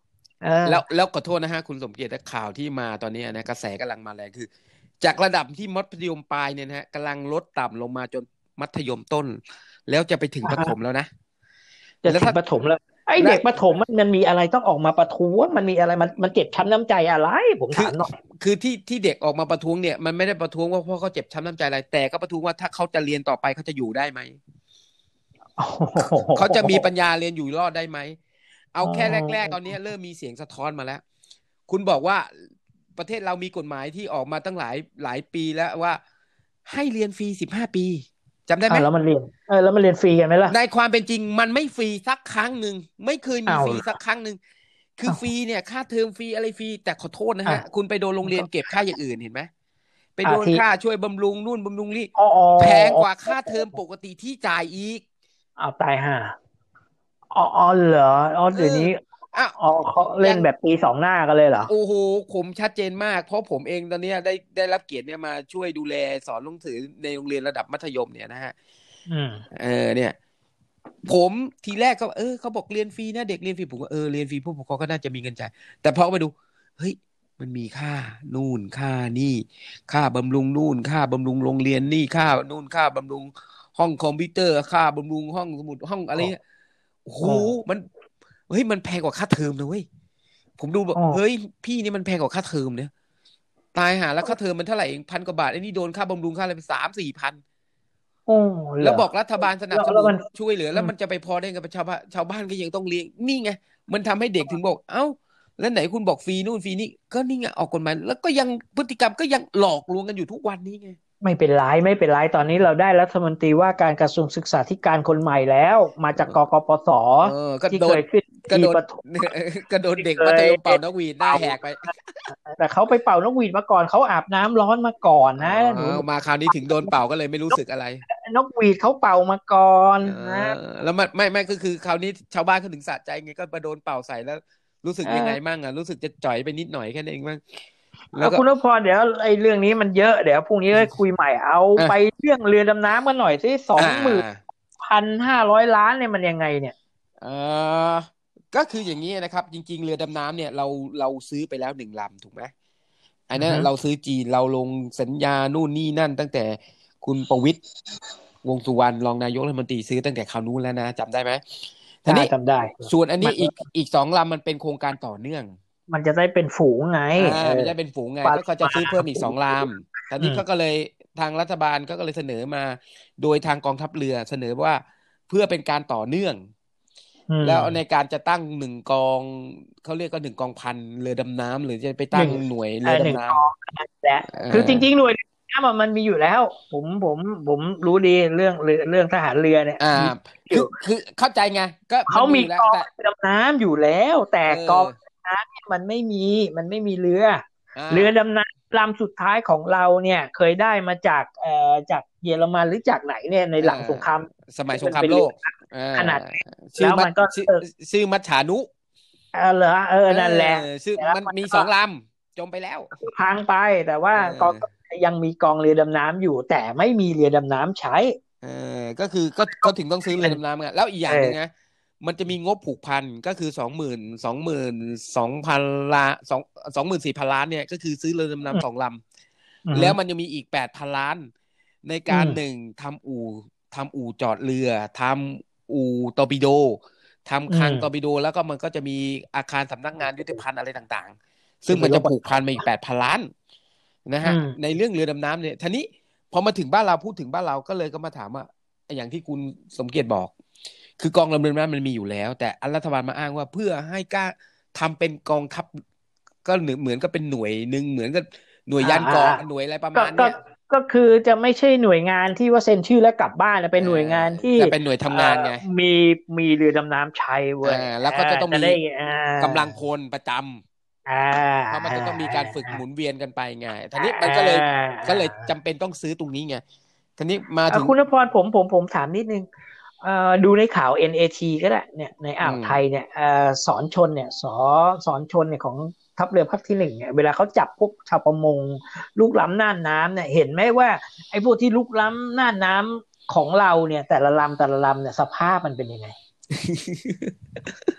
แล้วแล้วขอโทษนะฮะคุณสมเกียรติข่าวที่มาตอนนี้นะกระแสกำลังมาแรงคือจากระดับที่มัธยมปลายเนี่ยนะฮะกำลังลดต่ำลงมาจนมัธยมต้นแล้วจะไปถึงประถมแล้วนะจะถึงประถมแล้วไอ้เด็กประถมมันมันมีอะไรต้องออกมาประท้วงมันมีอะไรมันมันเจ็บช้ำน้ำใจอะไรผมถามหน่อยคือที่ที่เด็กออกมาประท้วงเนี่ยมันไม่ได้ประท้วงว่าเพราะเขาเจ็บช้ำน้ำใจอะไรแต่ก็ประท้วงว่าถ้าเขาจะเรียนต่อไปเขาจะอยู่ได้ไหมเขาจะมีปัญญาเรียนอยู่รอดได้ไหมเอาแค่แรกๆตอนนี้เริ่มมีเสียงสะท้อนมาแล้วคุณบอกว่าประเทศเรามีกฎหมายที่ออกมาตั้งหลายหลายปีแล้วว่าให้เรียนฟรีสิบห้าปีจำได้ไหมแล้วมันเรียนเออแล้วมันเรียนฟรีกันไหมล่ะในความเป็นจริงมันไม่ฟรีสักครั้งหนึ่งไม่เคยมีฟรีสักครั้งหนึ่งคือฟรีเนี่ยค่าเทอมฟรีอะไรฟรีแต่ขอโทษนะฮะคุณไปโดนโรงเรียนเก็บค่าอย่างอื่นเห็นไหมไปโดนค่าช่วยบำรุงนู่นบำรุงนี่แพงกว่าค่าเทอมปกติที่จ่ายอีกเอาตายห่าอ๋ออ๋อเหรออ๋อเดี๋ยวนี้อ๋อเขาเล่นแบบปีสองหน้ากันเลยเหรอโอ้โหผมชัดเจนมากเพราะผมเองตอนนี้ได้ได้รับเกียรติเนี่ยมาช่วยดูแลสอนหนังสือในโรงเรียนระดับมัธยมเนี่ยนะฮะเออเนี่ยผมทีแรกก็เออเขาบอกเรียนฟรีนะเด็กเรียนฟรีผมก็เออเรียนฟรีผู้ปกครองก็น่าจะมีเงินจ่ายแต่พอไปดูเฮ้ยมันมีค่านู่นค่านี่ค่าบำรุงนู่นค่าบำรุงโรงเรียนนี่ค่านู่นค่าบำรุงห้องคอมพิวเตอร์ค่าบำรุงห้องสมุดห้องอะไรเนี่ยโอ้โหมันเฮ้ยมันแพงกว่าค่าเทอมนะเว้ยผมดูแบบเฮ้ยพี่นี่มันแพงกว่าค่าเทอมเนี่ยตายหาแล้วค่าเทอมมันเท่าไหร่เองพันกว่าบาทไอ้นี่โดนค่าบำรุงค่าอะไรไปสามสี่พันแล้วบอกรัฐบาลสนับสนุนช่วยเหลือแล้วมันจะไปพอได้กับชาวบ้านชาวบ้านก็ยังต้องเลี้ยงนี่ไงมันทำให้เด็กถึงบอกเอ้าแล้วไหนคุณบอกฟรีนู่นฟรีนี่ก็นี่ไงออกกฎหมายแล้วก็ยังพฤติกรรมก็ยังหลอกลวงกันอยู่ทุกวันนี้ไงไม่เป็นไรไม่เป็นไรตอนนี้เราได้รัฐมนตรีว่าการกระทรวงศึกษาธิการคนใหม่แล้วมาจากกกปสที่เคยขึ้นกระโดดกระโดดเด็กมัธยมเป่านกหวีดหน้าแหกไปแต่เขาไปเป่านกหวีดมาก่อนเขาอาบน้ำร้อนมาก่อนนะหนูมาคราวนี้ถึงโดนเป่าก็เลยไม่รู้สึกอะไรนกหวีดเขาเป่ามาก่อนนะแล้วมันไม่ไม่ก็คือคราวนี้ชาวบ้านเขาถึงสะใจไงก็มาโดนเป่าใส่แล้วรู้สึกยังไงมั่งอ่ะรู้สึกจะจ่อยไปนิดหน่อยแค่นั้นเองมั่งแล้วคุณนพพรเดี๋ยวไอ้เรื่องนี้มันเยอะเดี๋ยวพรุ่งนี้ก็คุยใหม่เอาไปเรื่องเรือดำน้ำกันหน่อยสิสองหมื่นพันห้าร้อยล้านเนี่ยมันยังไงเนี่ยเออก็คืออย่างนี้นะครับจริงๆเรือดำน้ำเนี่ยเราเราซื้อไปแล้วหนึ่งลำถูกไหมอันนั้นเราซื้อจีนเราลงสัญญานู่นนี่นั่นตั้งแต่คุณประวิตรวงษ์สุวรรณรองนายกรัฐมนตรีซื้อตั้งแต่คราวนู้นแล้วนะจำได้ไหมทีนี้จำได้ส่วนอันนี้อีกอีกสองลำมันเป็นโครงการต่อเนื่องมันจะได้เป็นฝูงไงอ่ามันจะเป็นฝูงไงก็เขาจะซื้อเพิ่มอีกสองลำตอนนี้เขาก็เลยทางรัฐบาลก็เลยเสนอมาโดยทางกองทัพเรือเสนอว่าเพื่อเป็นการต่อเนื่องแล้วในการจะตั้งหนึ่งกองเขาเรียกก็หนึ่งกองพันเรือดำน้ำหรือจะไปตั้งหน่วยเรือดำน้ำคือจริงๆหน่วยน้ำมันมีอยู่แล้วผมผมผมรู้ดีเรื่องเรื่องทหารเรือเนี่ยอ่าคือคือเข้าใจไงก็เขามีกองดำน้ำอยู่แล้วแต่กองน้ำเนี่ยมันไม่มีมันไม่มีเรือเรือดำน้ำลำสุดท้ายของเราเนี่ยเคยได้มาจากเอ่อจากเยอรมันหรือจากไหนเนี่ยในหลังสงครามสมัยสงครามโลกขนาดแล้วมันก็ชื่อมัจฉานุเออเหรอเออนั่นแหละชื่อมันมีสองลำจมไปแล้วพังไปแต่ว่าก็ยังมีกองเรือดำน้ำอยู่แต่ไม่มีเรือดำน้ำใช้เออก็คือก็ก็ถึงต้องซื้อเรือดำน้ำไงแล้วอีกอย่างนึงนะมันจะมีงบผูกพันก็คือสองหมื่นสองหมื่นสองพันล้านสองสองหมื่นสี่พันล้านเนี่ยก็คือซื้อเรือดำน้ำสองลำแล้วมันยังมีอีกแปดพันล้านในการหนึ่งทำอู่ทำอู่จอดเรือทำอู่ตอร์ปิโดทำคลังตอร์ปิโดแล้วก็มันก็จะมีอาคารสำนักงานยุทธภัณฑ์อะไรต่างๆซึ่งมันจะผูกพันมาอีกแปดพันล้านนะฮะในเรื่องเรือดำน้ำเนี่ยทีนี้พอมาถึงบ้านเราพูดถึงบ้านเราก็เลยก็มาถามว่าอย่างที่คุณสมเกียรติบอกคือกองเรือดำน้ำมันมีอยู่แล้วแต่รัฐบาลมาอ้างว่าเพื่อให้กล้าทำเป็นกองทัพก็เหมือนก็เป็นหน่วยนึงเหมือนกับหน่วยยันกองหน่วยอะไรประมาณนี้ก็คือจะไม่ใช่หน่วยงานที่ว่าเซ็นชื่อแล้วกลับบ้านเป็นหน่วยงานที่จะเป็นหน่วยทำงานไงมีมีเรือดำน้ำใช้เว้ยแล้วก็จะต้องมีกำลังพลประจำเพราะมันจะต้องมีการฝึกหมุนเวียนกันไปไงทีนี้มันก็เลยก็เลยจำเป็นต้องซื้อตรงนี้ไงทีนี้มาถึงคุณณพรผมผมผมถามนิดนึงดูในข่าว เอ็น เอ ที ก็ได้เนี่ยในอ่าวไทยเนี่ยสอนชนเนี่ยสอสอนชนเนี่ยของทัพเรือภาคที่หนึ่งเนี่ยเวลาเขาจับพวกชาวประมงลูกล้ำน่านน้ำเนี่ยเห็นไหมว่าไอ้พวกที่ลูกล้ำน่านน้ำของเราเนี่ยแต่ละลำแต่ละลำเนี่ยสภาพมันเป็นยังไง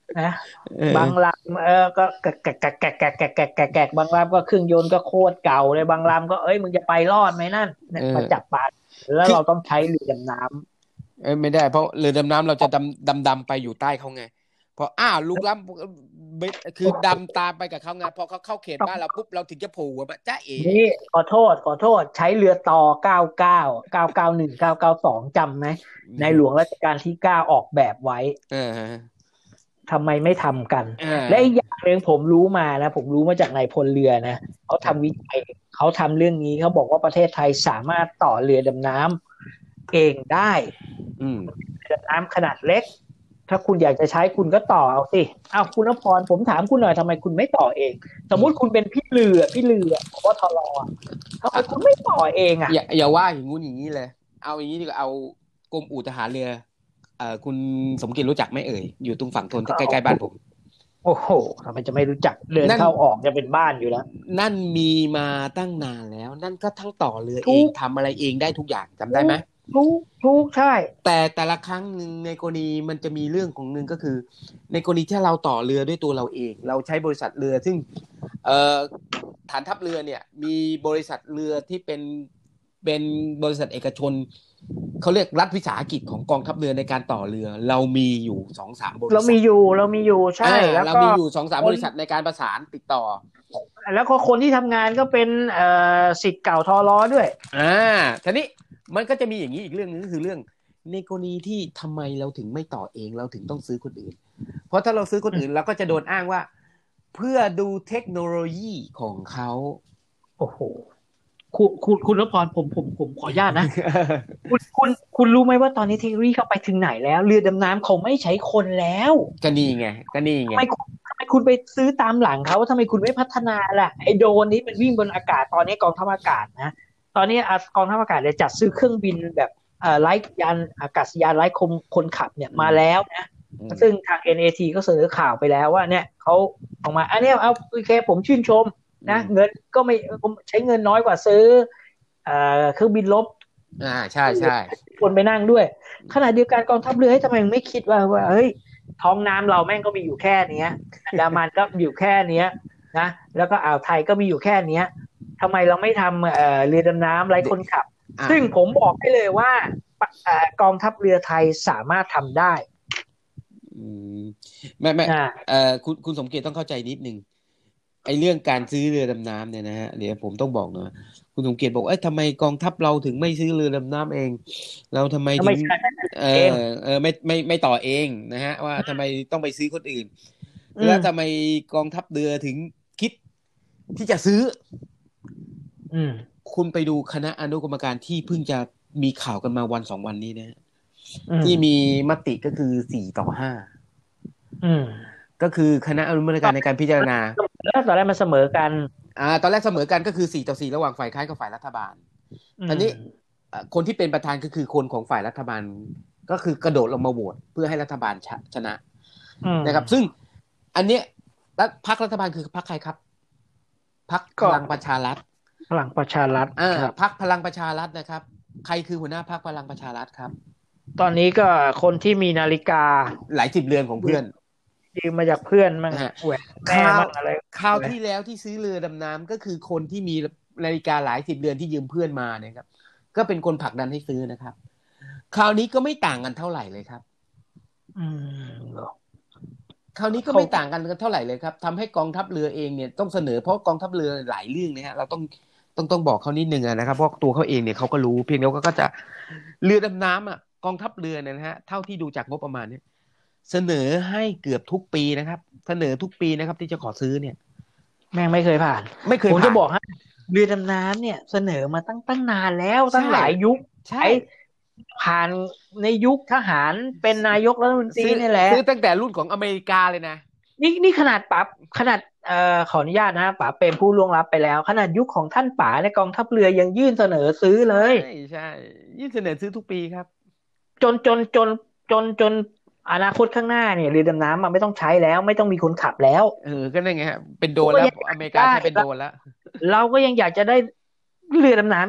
นะบางลำเออก็แกะแกะแกะแกะแกะแกะแกะแกะแกะบางลำก็เครื่องยนต์ก็โคตรเก่าเลยบางลำก็เอ้ยมึงจะไปรอดไหมนั่นเนี่ยมาจับปลาแล้วเราต้องใช้เรือดำน้ำเอ้ยไม่ได้เพราะเรือดำน้ำเราจะดำดำดำไปอยู่ใต้เขาไงพออ้าวลุกล้ำคือดำตามไปกับเขาไงพอเขาเข้าเขตบ้านเราปุ๊บเราถึงจะโผล่หัวมาจ้าเอ๋นี่ขอโทษขอโทษใช้เรือต่อเก้าเก้าเก้าเก้าหนึ่งเก้าเก้าสองจำไหมในหลวงรัชกาลที่เก้าออกแบบไว้ทำไมไม่ทำกันและอีกอย่างหนึ่งผมรู้มานะผมรู้มาจากนายพลเรือนะเขาทำวิจัยเขาทำเรื่องนี้เขาบอกว่าประเทศไทยสามารถต่อเรือดำน้ำเองได้เรือดำน้ำขนาดเล็กถ้าคุณอยากจะใช้คุณก็ต่อเอาสิเอาคุณณพรผมถามคุณหน่อยทำไมคุณไม่ต่อเองสมมุติคุณเป็นพี่เรือพี่เรือพทลทำไมคุณไม่ต่อเองอ่ะอย่าอย่าว่าอย่างงู้นอย่างนี้เลยเอาอย่างนี้ดีกว่าเอากรมอู่ทหารเรือเอ่อคุณสมเกียรติรู้จักไหมเอ่ยอยู่ตรงฝั่งทนใกล้ๆบ้านผมโอ้โหทำไมจะไม่รู้จักเดินเข้าออกจะเป็นบ้านอยู่แล้วนั่นมีมาตั้งนานแล้วนั่นก็ทั้งต่อเรือเองทำอะไรเองได้ทุกอย่างจำได้ไหมทุกทุกใช่แต่แต่ละครั้งหนึ่งในกรณีมันจะมีเรื่องของหนึ่งก็คือในกรณีที่เราต่อเรือด้วยตัวเราเองเราใช้บริษัทเรือซึ่งเอ่อฐานทัพเรือเนี่ยมีบริษัทเรือที่เป็นเป็นบริษัทเอกชนเขาเรียกรัฐวิสาหกิจของกองทัพเรือในการต่อเรือเรามีอยู่ สองถึงสาม บริษัทเรามีอยู่เรามีอยู่ใช่แล้วเรามีอยู่ สองถึงสาม บริษัทในการประสานติดต่อแล้วก็คนที่ทำงานก็เป็นเอ่อศิษย์เก่าทรด้วยอ่าทีนี้มันก็จะมีอย่างนี้อีกเรื่องนึงก็คือเรื่องในกรณีที่ทำไมเราถึงไม่ต่อเองเราถึงต้องซื้อคนอื่นเพราะถ้าเราซื้อคนอื่นเราก็จะโดนอ้างว่าเพื่อดูเทคโนโลยีของเขาโอ้โหคุณคุณคุณณพรผมผมผมขออนุญาตนะ คุณคุณคุณรู้ไหมว่าตอนนี้เทคโนโลยีเข้าไปถึงไหนแล้วเรือดำน้ำเขาไม่ใช้คนแล้วก็นี่ไงก็นี่ไงทำไมทำไมคุณไปซื้อตามหลังเขาทำไมคุณไม่พัฒนาล่ะไอโดรนนี้มันวิ่งบนอากาศตอนนี้กองทัพอากาศนะตอนนี้กองทัพอากาศเลยจัดซื้อเครื่องบินแบบเอ่อไร้ยานอากาศยานไร้คนคนขับเนี่ยมาแล้วนะซึ่งทาง เอ็น เอ ที ก็เสนอข่าวไปแล้วว่าเนี่ยเขาออกมาอันนี้เอาโอเคผมชื่นชมนะเงินก็ไม่ใช้เงินน้อยกว่าซื้อเอ่อเครื่องบินรบอ่าใช่ใช่คนไปนั่งด้วยขณะเดียวกันกองทัพเรือให้ทำไมไม่คิดว่าว่าเฮ้ยท้องน้ำเราแม่งก็มีอยู่แค่นี้อันดามันก็อยู่แค่นี้นะแล้วก็อ่าวไทยก็มีอยู่แค่นี้ทำไมเราไม่ทำเอ่อเรือดำน้ำไร้คนขับซึ่งผมบอกให้เลยว่ากองทัพเรือไทยสามารถทำได้อืมไม่ไม่เอ่อคุณคุณสมเกียรติต้องเข้าใจนิดนึงไอ้เรื่องการซื้อเรือดำน้ำเนี่ยนะฮะเดี๋ยวผมต้องบอกหน่อยคุณสมเกียรติบอกเอ้ยทำไมกองทัพเราถึงไม่ซื้อเรือดำน้ำเองเราทำไมถึงเออเออไม่ไม่ไม่ต่อเองนะฮะว่าทำไมต้องไปซื้อคนอื่นแล้วทำไมกองทัพเรือถึงคิดที่จะซื้ออืมคุณไปดูคณะอนุกรรมการที่เพิ่งจะมีข่าวกันมาวันสองวันนี้นะที่มีมติก็คือสี่ต่อห้าอืมก็คือคณะอนุกรรมการในการพิจารณาแล้วตอนแรกมันเสมอกันอ่าตอนแรกเสมอกันก็คือสี่ต่อสี่ระหว่างฝ่ายค้านกับฝ่ายรัฐบาลตอนนี้คนที่เป็นประธานก็คือคนของฝ่ายรัฐบาลก็คือกระโดดลงมาโหวตเพื่อให้รัฐบาลชนะนะครับซึ่งอันเนี้ยพรรครัฐบาลคือพรรคใครครับพรรคพลังประชารัฐพลังประชารัฐอ่าพรรคพลังประชารัฐนะครับใครคือหัวหน้าพรรคพลังประชารัฐครับตอนนี้ก็คนที่มีนาฬิกาหลายสิบเรือนของเพื่อนยืมมาจากเพื่อนมั่งแหวนแม่มั่งอะไรคราวที่แล้วที่ซื้อเรือดำน้ำก็คือคนที่มีนาฬิกาหลายสิบเรือนที่ยืมเพื่อนมาเนี่ยครับก็เป็นคนผลักดันให้ซื้อนะครับคราวนี้ก็ไม่ต่างกันเท่าไหร่เลยครับอืมคราวนี้ก็ไม่ต่างกันเท่าไหร่เลยครับทำให้กองทัพเรือเองเนี่ยต้องเสนอเพราะกองทัพเรือหลายเรื่องนะฮะเราต้องต้องต้องบอกเขานิดนึงนะครับเพราะตัวเขาเองเนี่ยเขาก็รู้เพียงแต่ว่าก็จะเรือดำน้ำอ่ะกองทัพเรือเนี่ยนะฮะเท่าที่ดูจากงบประมาณเนี่ยเสนอให้เกือบทุกปีนะครับเสนอทุกปีนะครับที่จะขอซื้อเนี่ยแม่งไม่เคยผ่านไม่เคยผมจะบอกให้เรือดำน้ำเนี่ยเสนอมาตั้งตั้งนานแล้วตั้งหลายยุคใช่ผ่านในยุคทหารเป็นนายกรัฐมนตรีนี่แหละซื้อตั้งแต่รุ่นของอเมริกาเลยนะนี่นี่ขนาดป๋าขนาดเอ่อขออนุญาตนะป๋าเป็นผู้ล่วงลับไปแล้วขนาดยุคของท่านป๋าในกองทัพเรือยังยื่นเสนอซื้อเลยใช่ใช่ยื่นเสนอซื้อทุกปีครับจนจนจนจนจนอนาคตข้างหน้าเนี่ยเรือดำน้ำมันไม่ต้องใช้แล้วไม่ต้องมีคนขับแล้วเออก็นั่นไงฮะเป็นโดรนแล้วอเมริกาใช้เป็นโดรนแล้วเราก็ยังอยากจะได้เรือดำน้ำอีก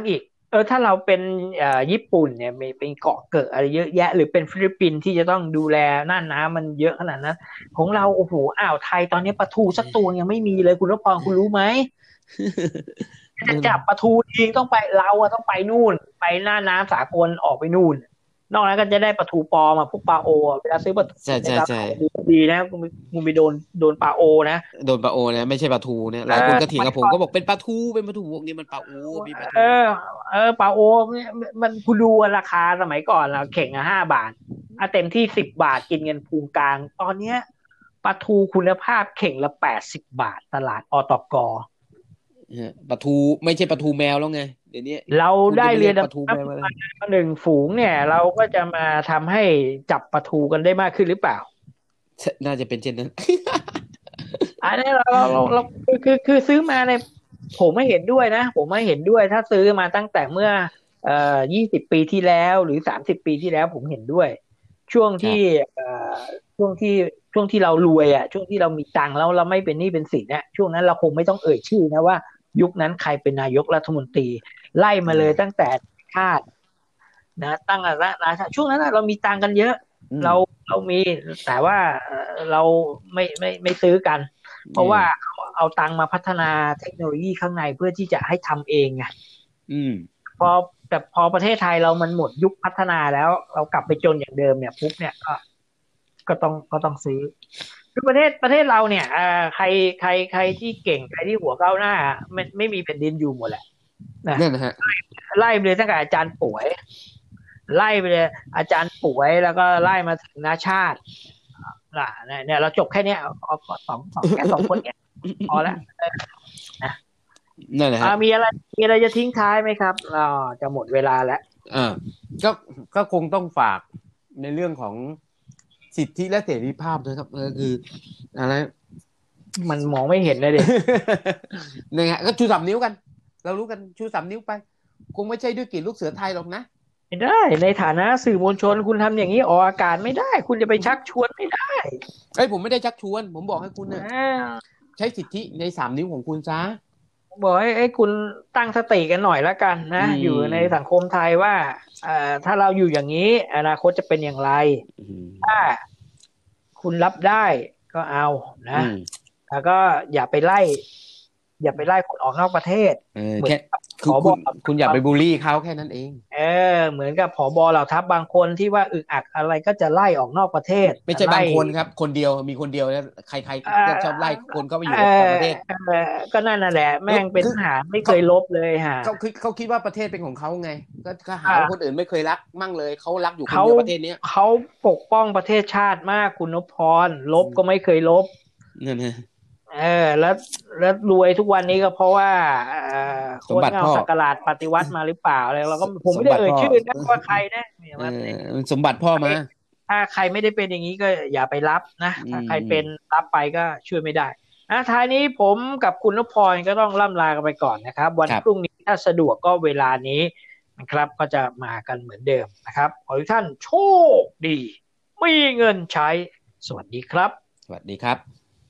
เออถ้าเราเป็นเอ่อญี่ปุ่นเนี่ยเป็นเกาะเกิดอะไรเยอะแยะหรือเป็นฟิลิปปินส์ที่จะต้องดูแลน่านน้ำมันเยอะขนาดนั้นของเราโอ้โหอ่าวไทยตอนนี้ปลาทูสักตัวยังไม่มีเลยคุณรพรคุณรู้ไหมจะจับปลาทูจริงต้องไปเราอะต้องไปนู่นไปหน้าน้ำสากลออกไปนู่นนอกนั้นก็จะได้ปลาทูปลอมอ่ะพวกปลาโอเวลาซื้อปลาทูใช่ใช่ใช่ดีนะคุณคุณไปโดนโดนปลาโอนะโดนปลาโอนะไม่ใช่ปลาทูเนี่ยหลายคนก็เถียงกับผมก็บอกเป็นปลาทูเป็นปลาทูพวกนี้มันปลาโอมีปลาทูเออเออปลาโอมันคุณดูราคาสมัยก่อนเราเข่งอ่ะห้าบาทอ่ะเต็มที่สิบบาทกินเงินภูมิกลางตอนเนี้ยปลาทูคุณภาพเข่งละแปดสิบบาทตลาดอตกปลาทูไม่ใช่ปลาทูแมวแล้วไงเดี๋ยวนี้เราได้เรียนปลาทูแมวมาหนึ่งฝูงเนี่ยเราก็จะมาทำให้จับปลาทูกันได้มากขึ้นหรือเปล่าน่าจะเป็นเช่นนั้นอันนี้เราเราเราคือคือคือซื้อมาในผมไม่เห็นด้วยนะผมไม่เห็นด้วยถ้าซื้อมาตั้งแต่เมื่อเอ่อยี่สิบปีที่แล้วหรือสามสิบปีที่แล้วผมเห็นด้วยช่วงที่เอ่อช่วงที่ช่วงที่เรารวยอ่ะช่วงที่เรามีตังค์แล้วเราไม่เป็นหนี้เป็นสินเนี่ยช่วงนั้นเราคงไม่ต้องเอ่ยชื่อนะว่ายุคนั้นใครเป็นนายกรัฐมนตรีไล่มาเลยตั้งแต่ชาตินะตั้งแต่ราชาช่วงนั้นเรามีตังค์กันเยอะเราเรามีแต่ว่าเราไม่ไม่ไม่ซื้อกันเพราะว่าเอาตังค์มาพัฒนาเทคโนโลยีข้างในเพื่อที่จะให้ทำเองไงพอแต่พอประเทศไทยเรามันหมดยุคพัฒนาแล้วเรากลับไปจนอย่างเดิมเนี่ยปุ๊บเนี่ยก็ก็ต้องก็ต้องซื้อคือประเทศประเทศเราเนี่ยอ่าใครใครใครที่เก่งใครที่หัวก้าวหน้าไม่ไม่มีแผ่นดินอยู่หมดแหละนะนั่นนะฮะไล่ไปเลยตั้งแต่อาจารย์ป่วยไล่ไปเลยอาจารย์ป่วยแล้วก็ไล่มาถึงนาชาติล่ะเนี่ยเราจบแค่นี้เอาสองสองแค่สองคนเนี่ยพอแล้วนะนั่นแหละมีอะไรมีอะไรจะทิ้งท้ายไหมครับเราจะหมดเวลาแล้วอ่าก็ก็คงต้องฝากในเรื่องของสิทธิและเสรีภาพด้วยครับก็คืออะไรมันมองไม่เห็นเลยดิเนี่ยฮะก็ชูสามนิ้วกันเรารู้กันชูสามนิ้วไปคงไม่ใช่ด้วยกลิ่นลูกเสือไทยหรอกนะไม่ได้ในฐานะสื่อมวลชนคุณทำอย่างนี้ออกอากาศไม่ได้คุณจะไปชักชวนไม่ได้เอ้ยผมไม่ได้ชักชวนผมบอกให้คุณเนี่ยใช้สิทธิในสามนิ้วของคุณซะบอกให้ไอ้คุณตั้งสติกันหน่อยแล้วกันนะอยู่ในสังคมไทยว่าเอ่อถ้าเราอยู่อย่างนี้อนาคตจะเป็นอย่างไรถ้าคุณรับได้ก็เอานะแล้วก็อย่าไปไล่อย่าไปไล่คนออกนอกประเทศเหมือนผบคุณอย่าไปบูลลี่เขาแค่นั้นเองเออเหมือนกับผบเหล่าทัพบางคนที่ว่าอึกอักอะไรก็จะไล่ออกนอกประเทศไม่ใช่บางคนครับคนเดียวมีคนเดียวนะใครๆก็ชอบไล่คนเข้าไปอยู่ในประเทศก็นั่นน่ะแหละแม่งเป็นทหารไม่เคยลบเลยฮะเขาคิดเขาคิดว่าประเทศเป็นของเขาไงก็หาคนอื่นไม่เคยรักมั่งเลยเขารักอยู่คนเดียวประเทศนี้เขาปกป้องประเทศชาติมากคุณนพพรลบก็ไม่เคยลบนั่นไงเออแล้วแล้วรวยทุกวันนี้ก็เพราะว่าคนเอาสักการะปฏิวัติมาหรือเปล่าอะไรเราก็ผมไม่ได้เอ่ยชื่อนะว่าใครนะสมบัติพ่อมาถ้าใครไม่ได้เป็นอย่างนี้ก็อย่าไปรับนะถ้าใครเป็นรับไปก็ช่วยไม่ได้นะท้ายนี้ผมกับคุณนพพรก็ต้องล่ำลากันไปก่อนนะครับวันพรุ่งนี้ถ้าสะดวกก็เวลานี้นะครับก็จะมากันเหมือนเดิมนะครับขอทุกท่านโชคดีมีเงินใช้สวัสดีครับสวัสดีครับ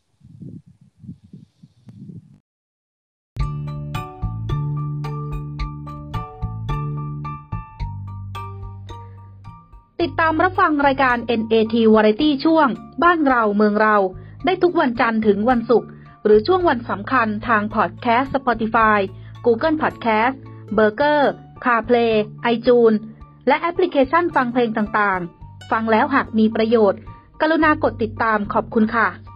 ติดตามรับฟังรายการ เอ็น เอ ที Variety ช่วงบ้านเราเมืองเราได้ทุกวันจันทร์ถึงวันศุกร์หรือช่วงวันสำคัญทางพอดแคสต์ Spotify Google Podcast Breaker CarPlay iTunes และแอปพลิเคชันฟังเพลงต่างๆฟังแล้วหากมีประโยชน์กรุณากดติดตามขอบคุณค่ะ